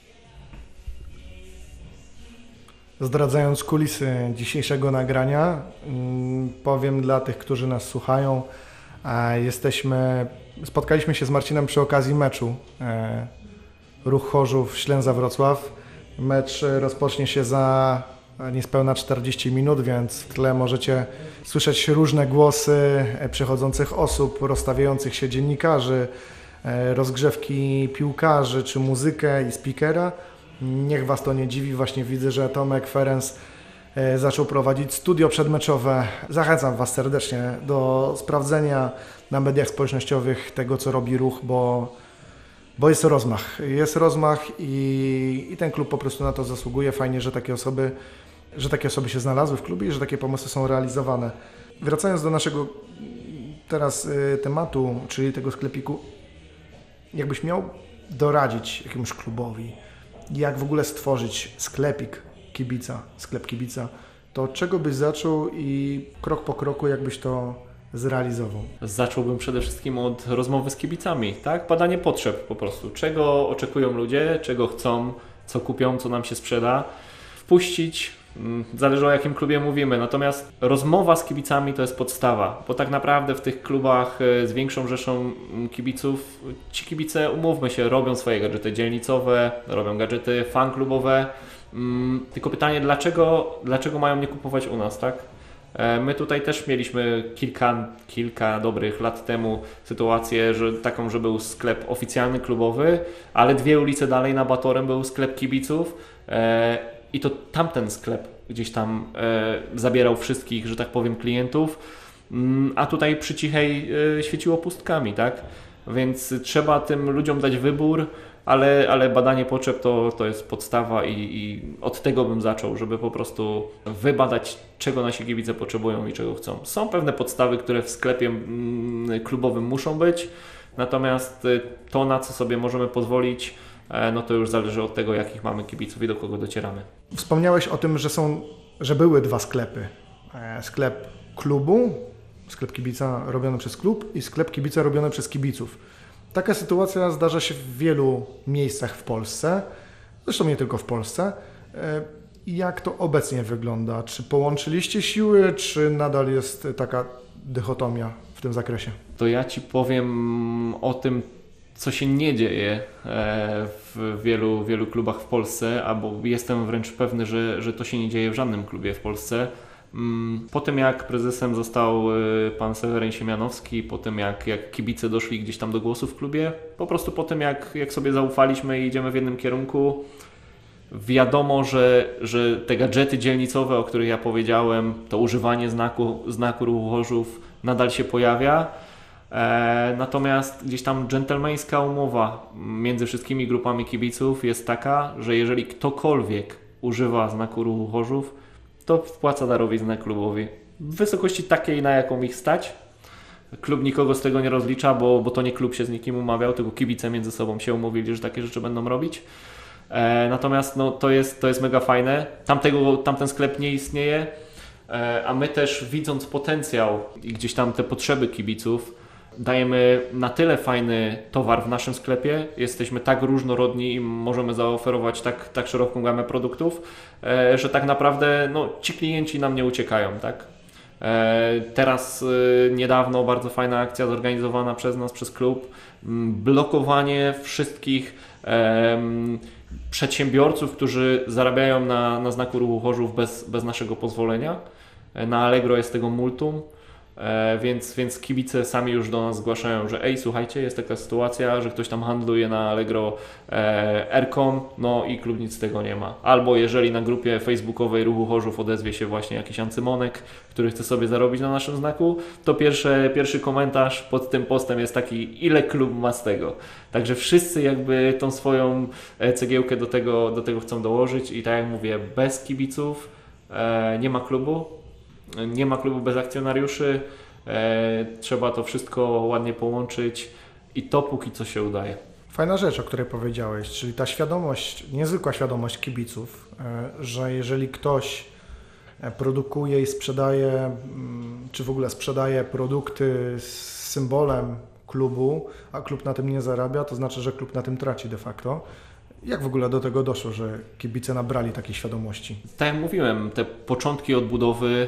Zdradzając kulisy dzisiejszego nagrania, powiem dla tych, którzy nas słuchają, jesteśmy, spotkaliśmy się z Marcinem przy okazji meczu Ruch Chorzów Ślęza Wrocław. Mecz rozpocznie się za niespełna czterdzieści minut, więc w tle możecie słyszeć różne głosy przychodzących osób, rozstawiających się dziennikarzy, rozgrzewki piłkarzy czy muzykę i speakera. Niech Was to nie dziwi, właśnie widzę, że Tomek Ferenc zaczął prowadzić studio przedmeczowe. Zachęcam Was serdecznie do sprawdzenia na mediach społecznościowych tego, co robi Ruch, bo, bo jest rozmach. Jest rozmach i, i ten klub po prostu na to zasługuje. Fajnie, że takie osoby że takie osoby się znalazły w klubie i że takie pomysły są realizowane. Wracając do naszego teraz y, tematu, czyli tego sklepiku, jakbyś miał doradzić jakiemuś klubowi, jak w ogóle stworzyć sklepik kibica, sklep kibica, to od czego byś zaczął i krok po kroku jakbyś to zrealizował? Zacząłbym przede wszystkim od rozmowy z kibicami, tak? Badanie potrzeb po prostu. Czego oczekują ludzie, czego chcą, co kupią, co nam się sprzeda. Wpuścić, zależy o jakim klubie mówimy, natomiast rozmowa z kibicami to jest podstawa, bo tak naprawdę w tych klubach z większą rzeszą kibiców, ci kibice, umówmy się, robią swoje gadżety dzielnicowe, robią gadżety fanklubowe, tylko pytanie, dlaczego, dlaczego mają nie kupować u nas, tak? My tutaj też mieliśmy kilka, kilka dobrych lat temu sytuację, że taką, że był sklep oficjalny, klubowy, ale dwie ulice dalej na Batorem był sklep kibiców i to tamten sklep gdzieś tam zabierał wszystkich, że tak powiem, klientów, a tutaj przy Cichej świeciło pustkami, tak? Więc trzeba tym ludziom dać wybór, ale, ale badanie potrzeb to, to jest podstawa i, i od tego bym zaczął, żeby po prostu wybadać, czego nasi kibice potrzebują i czego chcą. Są pewne podstawy, które w sklepie klubowym muszą być, natomiast to, na co sobie możemy pozwolić, no to już zależy od tego, jakich mamy kibiców i do kogo docieramy. Wspomniałeś o tym, że są, że były dwa sklepy. Sklep klubu, sklep kibica robiony przez klub i sklep kibica robiony przez kibiców. Taka sytuacja zdarza się w wielu miejscach w Polsce, zresztą nie tylko w Polsce. Jak to obecnie wygląda? Czy połączyliście siły, czy nadal jest taka dychotomia w tym zakresie? To ja Ci powiem o tym, co się nie dzieje w wielu, wielu klubach w Polsce, albo jestem wręcz pewny, że, że to się nie dzieje w żadnym klubie w Polsce. Po tym jak prezesem został pan Seweryn Siemianowski, po tym jak, jak kibice doszli gdzieś tam do głosu w klubie, po prostu po tym jak, jak sobie zaufaliśmy i idziemy w jednym kierunku, wiadomo, że, że te gadżety dzielnicowe, o których ja powiedziałem, to używanie znaku, znaku ruchu Chorzów nadal się pojawia. E, natomiast gdzieś tam dżentelmeńska umowa między wszystkimi grupami kibiców jest taka, że jeżeli ktokolwiek używa znaku ruchu Chorzów, to wpłaca darowiznę klubowi w wysokości takiej, na jaką ich stać. Klub nikogo z tego nie rozlicza, bo, bo to nie klub się z nikim umawiał, tylko kibice między sobą się umówili, że takie rzeczy będą robić. E, natomiast no, to, jest, to jest mega fajne. Tamtego, tamten sklep nie istnieje, e, a my też, widząc potencjał i gdzieś tam te potrzeby kibiców, dajemy na tyle fajny towar w naszym sklepie, jesteśmy tak różnorodni i możemy zaoferować tak, tak szeroką gamę produktów, e, że tak naprawdę no, ci klienci nam nie uciekają, tak? E, teraz e, niedawno bardzo fajna akcja zorganizowana przez nas, przez klub, m, blokowanie wszystkich e, przedsiębiorców, którzy zarabiają na, na znaku ruchu Chorzów bez, bez naszego pozwolenia. E, na Allegro jest tego multum. E, więc, więc kibice sami już do nas zgłaszają, że ej, słuchajcie, jest taka sytuacja, że ktoś tam handluje na Allegro e, Aircom, no i klub nic z tego nie ma. Albo jeżeli na grupie facebookowej Ruchu Chorzów odezwie się właśnie jakiś Ancymonek, który chce sobie zarobić na naszym znaku, to pierwszy, pierwszy komentarz pod tym postem jest taki, ile klub ma z tego. Także wszyscy jakby tą swoją cegiełkę do tego, do tego chcą dołożyć i tak jak mówię, bez kibiców e, nie ma klubu. Nie ma klubu bez akcjonariuszy, e, trzeba to wszystko ładnie połączyć i to póki co się udaje. Fajna rzecz, o której powiedziałeś, czyli ta świadomość, niezwykła świadomość kibiców, e, że jeżeli ktoś produkuje i sprzedaje, m, czy w ogóle sprzedaje produkty z symbolem klubu, a klub na tym nie zarabia, to znaczy, że klub na tym traci de facto. Jak w ogóle do tego doszło, że kibice nabrali takiej świadomości? Tak jak mówiłem, te początki odbudowy,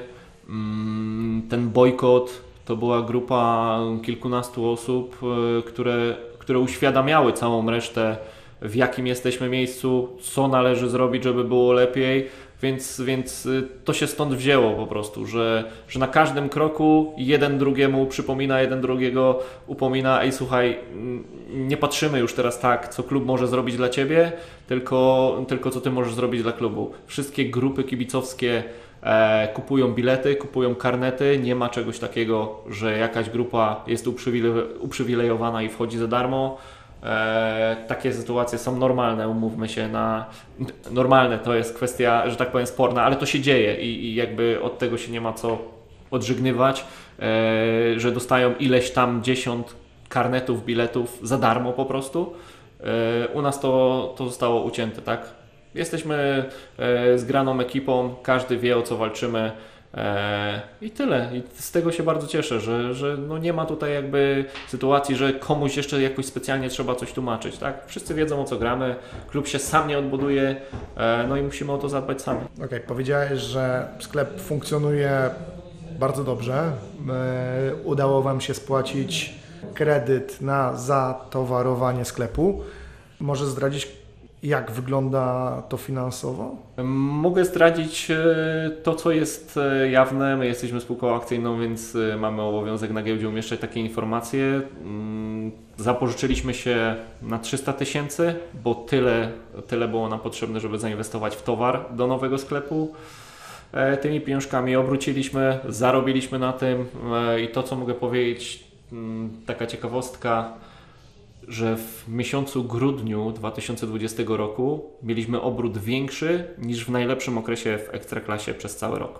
ten bojkot, to była grupa kilkunastu osób, które, które uświadamiały całą resztę, w jakim jesteśmy miejscu, co należy zrobić, żeby było lepiej, więc, więc to się stąd wzięło po prostu, że, że na każdym kroku jeden drugiemu przypomina, jeden drugiego upomina, ej słuchaj, nie patrzymy już teraz tak, co klub może zrobić dla Ciebie, tylko, tylko co Ty możesz zrobić dla klubu. Wszystkie grupy kibicowskie e, kupują bilety, kupują karnety, nie ma czegoś takiego, że jakaś grupa jest uprzywile- uprzywilejowana i wchodzi za darmo. E, takie sytuacje są normalne, umówmy się na... Normalne to jest kwestia, że tak powiem, sporna, ale to się dzieje i, i jakby od tego się nie ma co odżygnywać, e, że dostają ileś tam dziesiąt karnetów, biletów za darmo po prostu. E, u nas to, to zostało ucięte, tak? Jesteśmy e, zgraną ekipą, każdy wie, o co walczymy. Eee, I tyle. I z tego się bardzo cieszę, że, że no nie ma tutaj jakby sytuacji, że komuś jeszcze jakoś specjalnie trzeba coś tłumaczyć, tak? Wszyscy wiedzą, o co gramy, klub się sam nie odbuduje, e, no i musimy o to zadbać sami. Okej, okay, powiedziałeś, że sklep funkcjonuje bardzo dobrze. E, udało Wam się spłacić kredyt na zatowarowanie sklepu. Może zdradzić, jak wygląda to finansowo? Mogę zdradzić to, co jest jawne. My jesteśmy spółką akcyjną, więc mamy obowiązek na giełdzie umieszczać takie informacje. Zapożyczyliśmy się na trzysta tysięcy, bo tyle, tyle było nam potrzebne, żeby zainwestować w towar do nowego sklepu. Tymi pieniążkami obróciliśmy, zarobiliśmy na tym i to, co mogę powiedzieć, taka ciekawostka, że w miesiącu grudniu dwa tysiące dwudziestego roku mieliśmy obrót większy niż w najlepszym okresie w Ekstraklasie przez cały rok.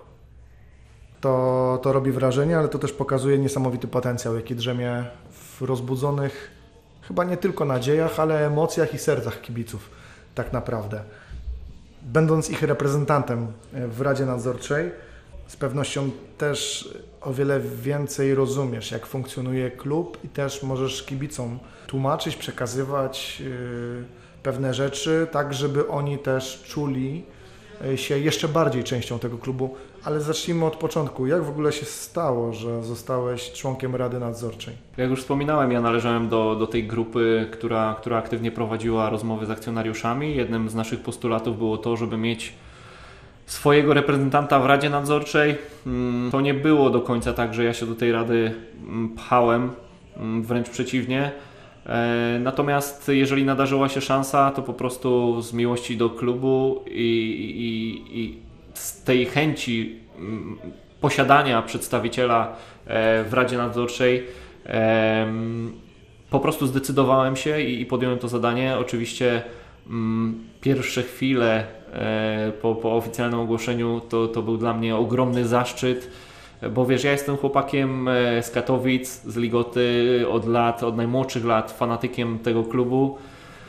To, to robi wrażenie, ale to też pokazuje niesamowity potencjał, jaki drzemie w rozbudzonych chyba nie tylko nadziejach, ale emocjach i sercach kibiców tak naprawdę. Będąc ich reprezentantem w Radzie Nadzorczej, z pewnością też o wiele więcej rozumiesz, jak funkcjonuje klub i też możesz kibicom tłumaczyć, przekazywać yy, pewne rzeczy, tak żeby oni też czuli się jeszcze bardziej częścią tego klubu. Ale zacznijmy od początku. Jak w ogóle się stało, że zostałeś członkiem Rady Nadzorczej? Jak już wspominałem, ja należałem do, do tej grupy, która, która aktywnie prowadziła rozmowy z akcjonariuszami. Jednym z naszych postulatów było to, żeby mieć swojego reprezentanta w Radzie Nadzorczej. To nie było do końca tak, że ja się do tej rady pchałem, wręcz przeciwnie. Natomiast jeżeli nadarzyła się szansa, to po prostu z miłości do klubu i, i, i z tej chęci posiadania przedstawiciela w Radzie Nadzorczej po prostu zdecydowałem się i, i podjąłem to zadanie. Oczywiście pierwsze chwile po, po oficjalnym ogłoszeniu to, to był dla mnie ogromny zaszczyt, bo wiesz, ja jestem chłopakiem z Katowic, z Ligoty od lat, od najmłodszych lat, fanatykiem tego klubu.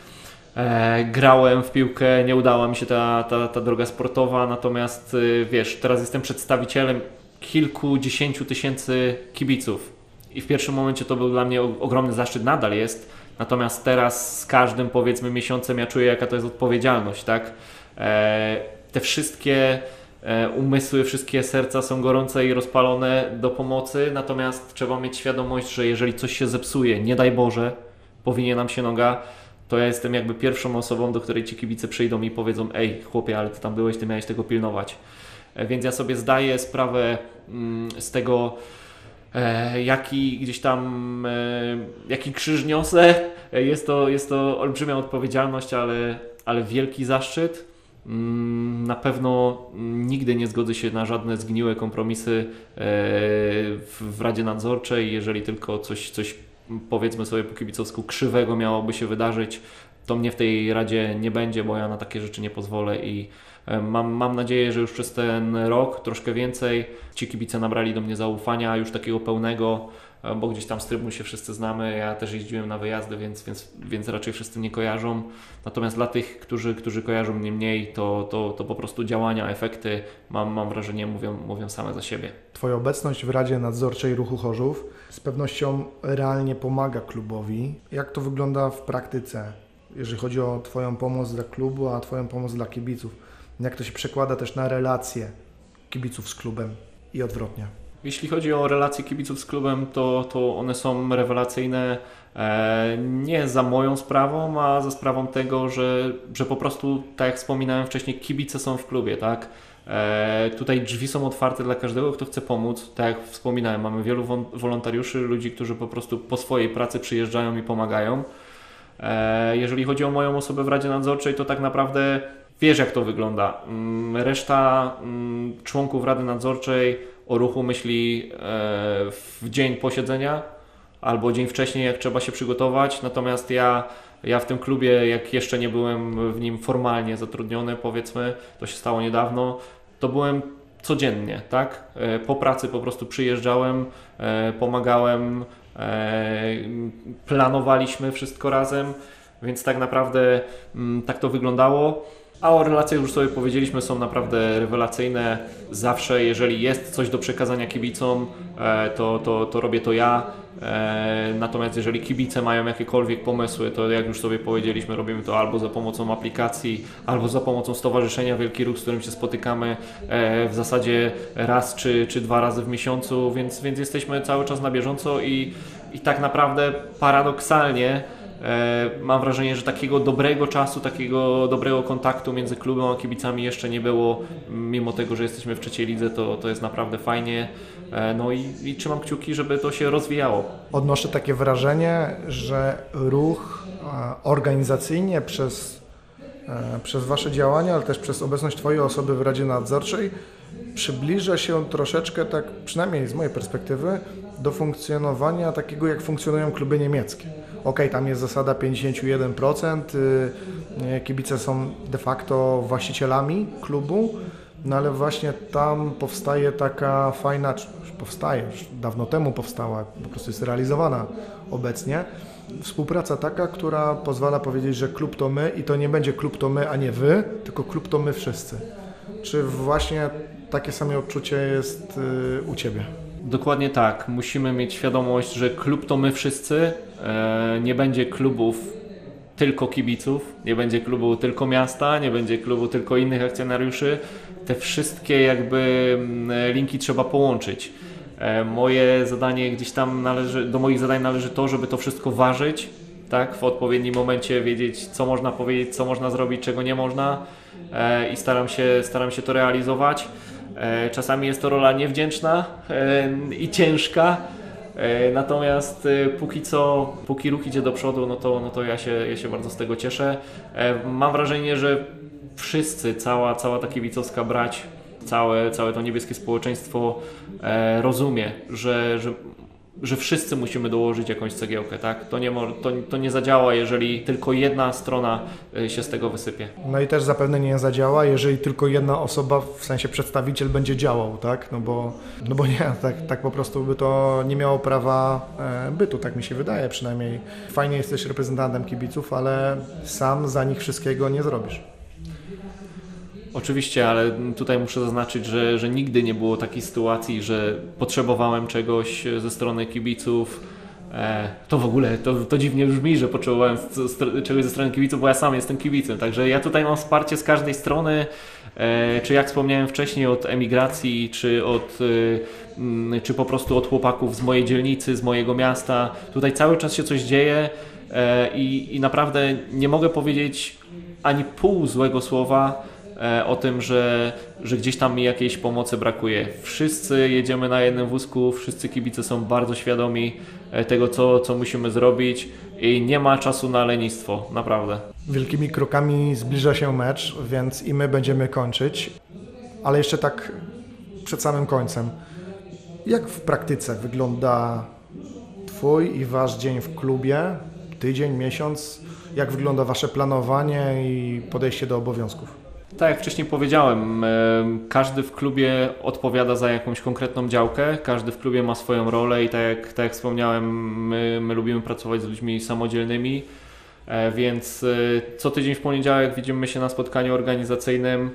E, grałem w piłkę, nie udała mi się ta, ta, ta droga sportowa, natomiast wiesz, teraz jestem przedstawicielem kilkudziesięciu tysięcy kibiców i w pierwszym momencie to był dla mnie ogromny zaszczyt, nadal jest, natomiast teraz z każdym, powiedzmy, miesiącem ja czuję, jaka to jest odpowiedzialność, tak? E, te wszystkie umysły, wszystkie serca są gorące i rozpalone do pomocy, natomiast trzeba mieć świadomość, że jeżeli coś się zepsuje, nie daj Boże, powinie nam się noga, to ja jestem jakby pierwszą osobą, do której ci kibice przyjdą i powiedzą: ej chłopie, ale ty tam byłeś, ty miałeś tego pilnować. Więc ja sobie zdaję sprawę z tego, jaki gdzieś tam, jaki krzyż niosę. Jest to, jest to olbrzymia odpowiedzialność, ale, ale wielki zaszczyt. Na pewno nigdy nie zgodzę się na żadne zgniłe kompromisy w Radzie Nadzorczej. Jeżeli tylko coś, coś powiedzmy sobie po kibicowsku krzywego miałoby się wydarzyć, to mnie w tej Radzie nie będzie, bo ja na takie rzeczy nie pozwolę i mam, mam nadzieję, że już przez ten rok, troszkę więcej, ci kibice nabrali do mnie zaufania, już takiego pełnego, bo gdzieś tam z trybu się wszyscy znamy, ja też jeździłem na wyjazdy, więc, więc, więc raczej wszyscy mnie kojarzą. Natomiast dla tych, którzy, którzy kojarzą mnie mniej, to, to, to po prostu działania, efekty, mam, mam wrażenie, mówią, mówią same za siebie. Twoja obecność w Radzie Nadzorczej Ruchu Chorzów z pewnością realnie pomaga klubowi. Jak to wygląda w praktyce, jeżeli chodzi o Twoją pomoc dla klubu, a Twoją pomoc dla kibiców? Jak to się przekłada też na relacje kibiców z klubem i odwrotnie? Jeśli chodzi o relacje kibiców z klubem, to, to one są rewelacyjne, e, nie za moją sprawą, a za sprawą tego, że, że po prostu, tak jak wspominałem wcześniej, kibice są w klubie, tak? E, tutaj drzwi są otwarte dla każdego, kto chce pomóc. Tak jak wspominałem, mamy wielu won- wolontariuszy, ludzi, którzy po prostu po swojej pracy przyjeżdżają i pomagają. E, jeżeli chodzi o moją osobę w Radzie Nadzorczej, to tak naprawdę wiesz, jak to wygląda. Reszta członków Rady Nadzorczej o ruchu myśli w dzień posiedzenia, albo dzień wcześniej, jak trzeba się przygotować. Natomiast ja, ja w tym klubie, jak jeszcze nie byłem w nim formalnie zatrudniony, powiedzmy, to się stało niedawno, to byłem codziennie, tak? Po pracy po prostu przyjeżdżałem, pomagałem, planowaliśmy wszystko razem, więc tak naprawdę tak to wyglądało. A o relacjach już sobie powiedzieliśmy, są naprawdę rewelacyjne. Zawsze, jeżeli jest coś do przekazania kibicom, to, to, to robię to ja. Natomiast jeżeli kibice mają jakiekolwiek pomysły, to jak już sobie powiedzieliśmy, robimy to albo za pomocą aplikacji, albo za pomocą Stowarzyszenia Wielki Ruch, z którym się spotykamy w zasadzie raz czy, czy dwa razy w miesiącu, więc, więc jesteśmy cały czas na bieżąco i, i tak naprawdę paradoksalnie mam wrażenie, że takiego dobrego czasu, takiego dobrego kontaktu między klubem a kibicami jeszcze nie było, mimo tego, że jesteśmy w trzeciej lidze, to, to jest naprawdę fajnie. No i, i trzymam kciuki, żeby to się rozwijało. Odnoszę takie wrażenie, że ruch organizacyjnie przez, przez Wasze działania, ale też przez obecność Twojej osoby w Radzie Nadzorczej przybliża się troszeczkę, tak przynajmniej z mojej perspektywy, do funkcjonowania takiego, jak funkcjonują kluby niemieckie. Ok, tam jest zasada pięćdziesiąt jeden procent, kibice są de facto właścicielami klubu, no ale właśnie tam powstaje taka fajna, powstaje, już dawno temu powstała, po prostu jest realizowana obecnie, współpraca taka, która pozwala powiedzieć, że klub to my i to nie będzie klub to my, a nie wy, tylko klub to my wszyscy. Czy właśnie takie same odczucie jest u Ciebie? Dokładnie tak. Musimy mieć świadomość, że klub to my wszyscy. Nie będzie klubów tylko kibiców, nie będzie klubu tylko miasta, nie będzie klubu tylko innych akcjonariuszy. Te wszystkie jakby linki trzeba połączyć. Moje zadanie gdzieś tam należy, do moich zadań należy to, żeby to wszystko ważyć, tak, w odpowiednim momencie wiedzieć, co można powiedzieć, co można zrobić, czego nie można i staram się, staram się to realizować. Czasami jest to rola niewdzięczna i ciężka, natomiast póki co, póki ruch idzie do przodu, no to, no to ja się, ja się bardzo z tego cieszę. Mam wrażenie, że wszyscy, cała, cała ta kibicowska brać, całe, całe to niebieskie społeczeństwo rozumie, że, że że wszyscy musimy dołożyć jakąś cegiełkę, tak? To nie, to, to nie zadziała, jeżeli tylko jedna strona się z tego wysypie. No i też zapewne nie zadziała, jeżeli tylko jedna osoba, w sensie przedstawiciel, będzie działał, tak? No bo, no bo nie, tak, tak po prostu by to nie miało prawa bytu, tak mi się wydaje przynajmniej. Fajnie jesteś reprezentantem kibiców, ale sam za nich wszystkiego nie zrobisz. Oczywiście, ale tutaj muszę zaznaczyć, że, że nigdy nie było takiej sytuacji, że potrzebowałem czegoś ze strony kibiców. E, to w ogóle, to, to dziwnie brzmi, że potrzebowałem czegoś ze strony kibiców, bo ja sam jestem kibicem. Także ja tutaj mam wsparcie z każdej strony, e, czy jak wspomniałem wcześniej od emigracji, czy, od, e, czy po prostu od chłopaków z mojej dzielnicy, z mojego miasta. Tutaj cały czas się coś dzieje e, i, i naprawdę nie mogę powiedzieć ani pół złego słowa o tym, że, że gdzieś tam mi jakiejś pomocy brakuje. Wszyscy jedziemy na jednym wózku, wszyscy kibice są bardzo świadomi tego, co, co musimy zrobić i nie ma czasu na lenistwo, naprawdę. Wielkimi krokami zbliża się mecz, więc i my będziemy kończyć, ale jeszcze tak przed samym końcem. Jak w praktyce wygląda Twój i Wasz dzień w klubie? Tydzień, miesiąc? Jak wygląda Wasze planowanie i podejście do obowiązków? Tak jak wcześniej powiedziałem, każdy w klubie odpowiada za jakąś konkretną działkę, każdy w klubie ma swoją rolę i tak jak, tak jak wspomniałem, my, my lubimy pracować z ludźmi samodzielnymi, więc co tydzień w poniedziałek widzimy się na spotkaniu organizacyjnym.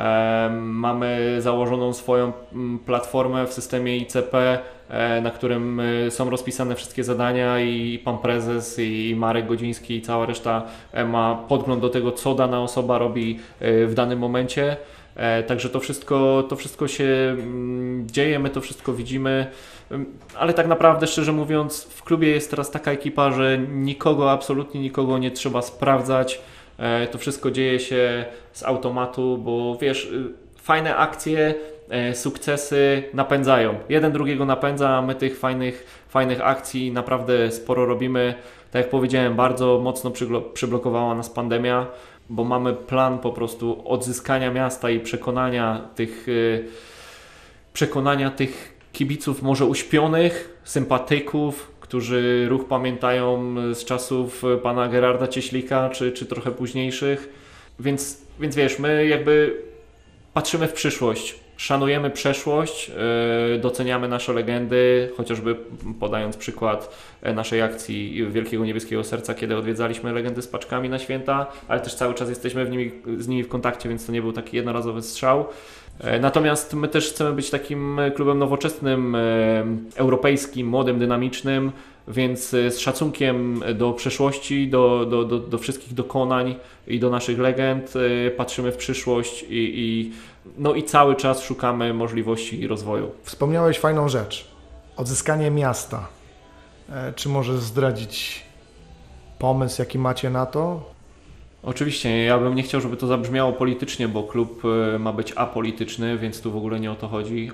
Mamy założoną swoją platformę w systemie I C P, na którym są rozpisane wszystkie zadania i pan prezes, i Marek Godziński, i cała reszta ma podgląd do tego, co dana osoba robi w danym momencie. Także to wszystko, to wszystko się dzieje, my to wszystko widzimy, ale tak naprawdę, szczerze mówiąc, w klubie jest teraz taka ekipa, że nikogo, absolutnie nikogo nie trzeba sprawdzać. To wszystko dzieje się z automatu, bo wiesz, fajne akcje, sukcesy napędzają. Jeden drugiego napędza, a my tych fajnych, fajnych akcji naprawdę sporo robimy. Tak jak powiedziałem, bardzo mocno przyblokowała nas pandemia, bo mamy plan po prostu odzyskania miasta i przekonania tych, przekonania tych kibiców może uśpionych, sympatyków, którzy ruch pamiętają z czasów pana Gerarda Cieślika, czy, czy trochę późniejszych. Więc, więc wiesz, my jakby patrzymy w przyszłość, szanujemy przeszłość, yy, doceniamy nasze legendy, chociażby podając przykład naszej akcji Wielkiego Niebieskiego Serca, kiedy odwiedzaliśmy legendy z paczkami na święta, ale też cały czas jesteśmy w nimi, z nimi w kontakcie, więc to nie był taki jednorazowy strzał. Natomiast my też chcemy być takim klubem nowoczesnym, europejskim, młodym, dynamicznym, więc z szacunkiem do przeszłości, do, do, do, do wszystkich dokonań i do naszych legend patrzymy w przyszłość i, i, no i cały czas szukamy możliwości rozwoju. Wspomniałeś fajną rzecz, odzyskanie miasta. Czy możesz zdradzić pomysł, jaki macie na to? Oczywiście, ja bym nie chciał, żeby to zabrzmiało politycznie, bo klub ma być apolityczny, więc tu w ogóle nie o to chodzi.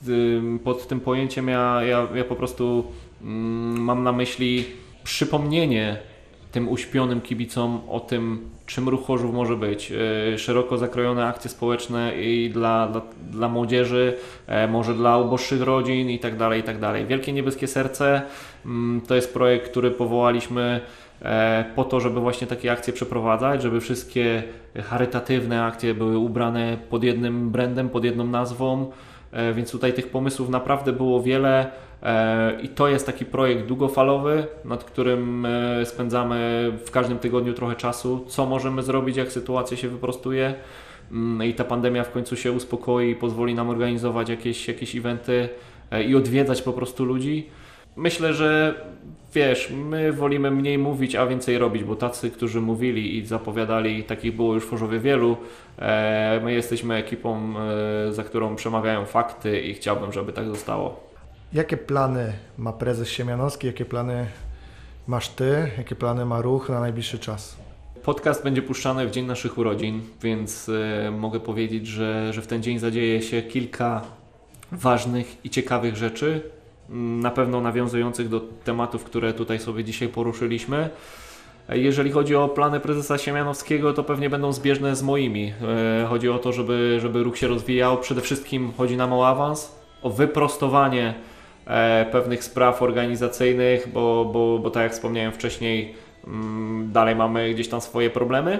Pod tym pojęciem ja, ja, ja po prostu mm, mam na myśli przypomnienie tym uśpionym kibicom o tym, czym Ruch Chorzów może być. Szeroko zakrojone akcje społeczne i dla, dla, dla młodzieży, może dla uboższych rodzin i tak dalej, i tak dalej. Wielkie Niebieskie Serce to jest projekt, który powołaliśmy po to, żeby właśnie takie akcje przeprowadzać, żeby wszystkie charytatywne akcje były ubrane pod jednym brandem, pod jedną nazwą, więc tutaj tych pomysłów naprawdę było wiele i to jest taki projekt długofalowy, nad którym spędzamy w każdym tygodniu trochę czasu, co możemy zrobić, jak sytuacja się wyprostuje i ta pandemia w końcu się uspokoi i pozwoli nam organizować jakieś, jakieś eventy i odwiedzać po prostu ludzi. Myślę, że wiesz, my wolimy mniej mówić, a więcej robić, bo tacy, którzy mówili i zapowiadali, takich było już w Chorzowie wielu. My jesteśmy ekipą, za którą przemawiają fakty i chciałbym, żeby tak zostało. Jakie plany ma prezes Siemianowski, jakie plany masz ty, jakie plany ma Ruch na najbliższy czas? Podcast będzie puszczany w dzień naszych urodzin, więc mogę powiedzieć, że, że w ten dzień zadzieje się kilka ważnych i ciekawych rzeczy. Na pewno nawiązujących do tematów, które tutaj sobie dzisiaj poruszyliśmy. Jeżeli chodzi o plany prezesa Siemianowskiego, to pewnie będą zbieżne z moimi. Chodzi o to, żeby, żeby ruch się rozwijał. Przede wszystkim chodzi nam o awans, o wyprostowanie pewnych spraw organizacyjnych, bo, bo, bo tak jak wspomniałem wcześniej, dalej mamy gdzieś tam swoje problemy.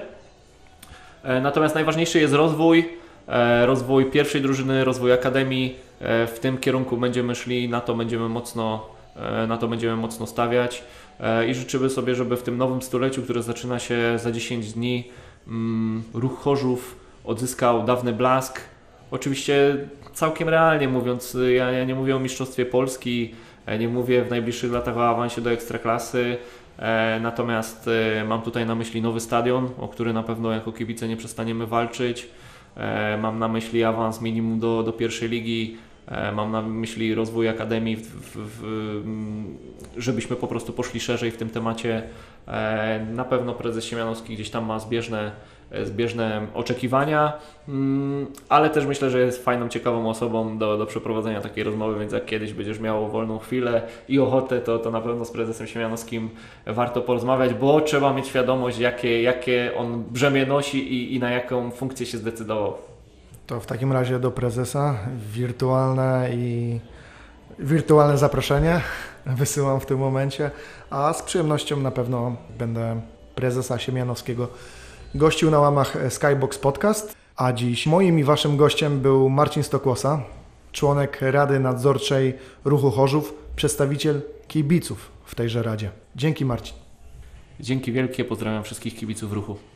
Natomiast najważniejszy jest rozwój, rozwój pierwszej drużyny, rozwój akademii. W tym kierunku będziemy szli, na to będziemy mocno, na to będziemy mocno stawiać i życzymy sobie, żeby w tym nowym stuleciu, które zaczyna się za dziesięć dni, Ruch Chorzów odzyskał dawny blask. Oczywiście całkiem realnie mówiąc, ja, ja nie mówię o mistrzostwie Polski, nie mówię w najbliższych latach o awansie do Ekstraklasy, natomiast mam tutaj na myśli nowy stadion, o który na pewno jako kibice nie przestaniemy walczyć. Mam na myśli awans minimum do, do pierwszej ligi, mam na myśli rozwój akademii, w, w, w, żebyśmy po prostu poszli szerzej w tym temacie. Na pewno prezes Siemianowski gdzieś tam ma zbieżne, zbieżne oczekiwania, ale też myślę, że jest fajną, ciekawą osobą do, do przeprowadzenia takiej rozmowy, więc jak kiedyś będziesz miał wolną chwilę i ochotę, to, to na pewno z prezesem Siemianowskim warto porozmawiać, bo trzeba mieć świadomość, jakie, jakie on brzemię nosi i, i na jaką funkcję się zdecydował. To w takim razie do prezesa wirtualne i wirtualne zaproszenie wysyłam w tym momencie, a z przyjemnością na pewno będę prezesa Siemianowskiego gościł na łamach Skybox Podcast, a dziś moim i waszym gościem był Marcin Stokłosa, członek Rady Nadzorczej Ruchu Chorzów, przedstawiciel kibiców w tejże Radzie. Dzięki, Marcin. Dzięki wielkie, pozdrawiam wszystkich kibiców Ruchu.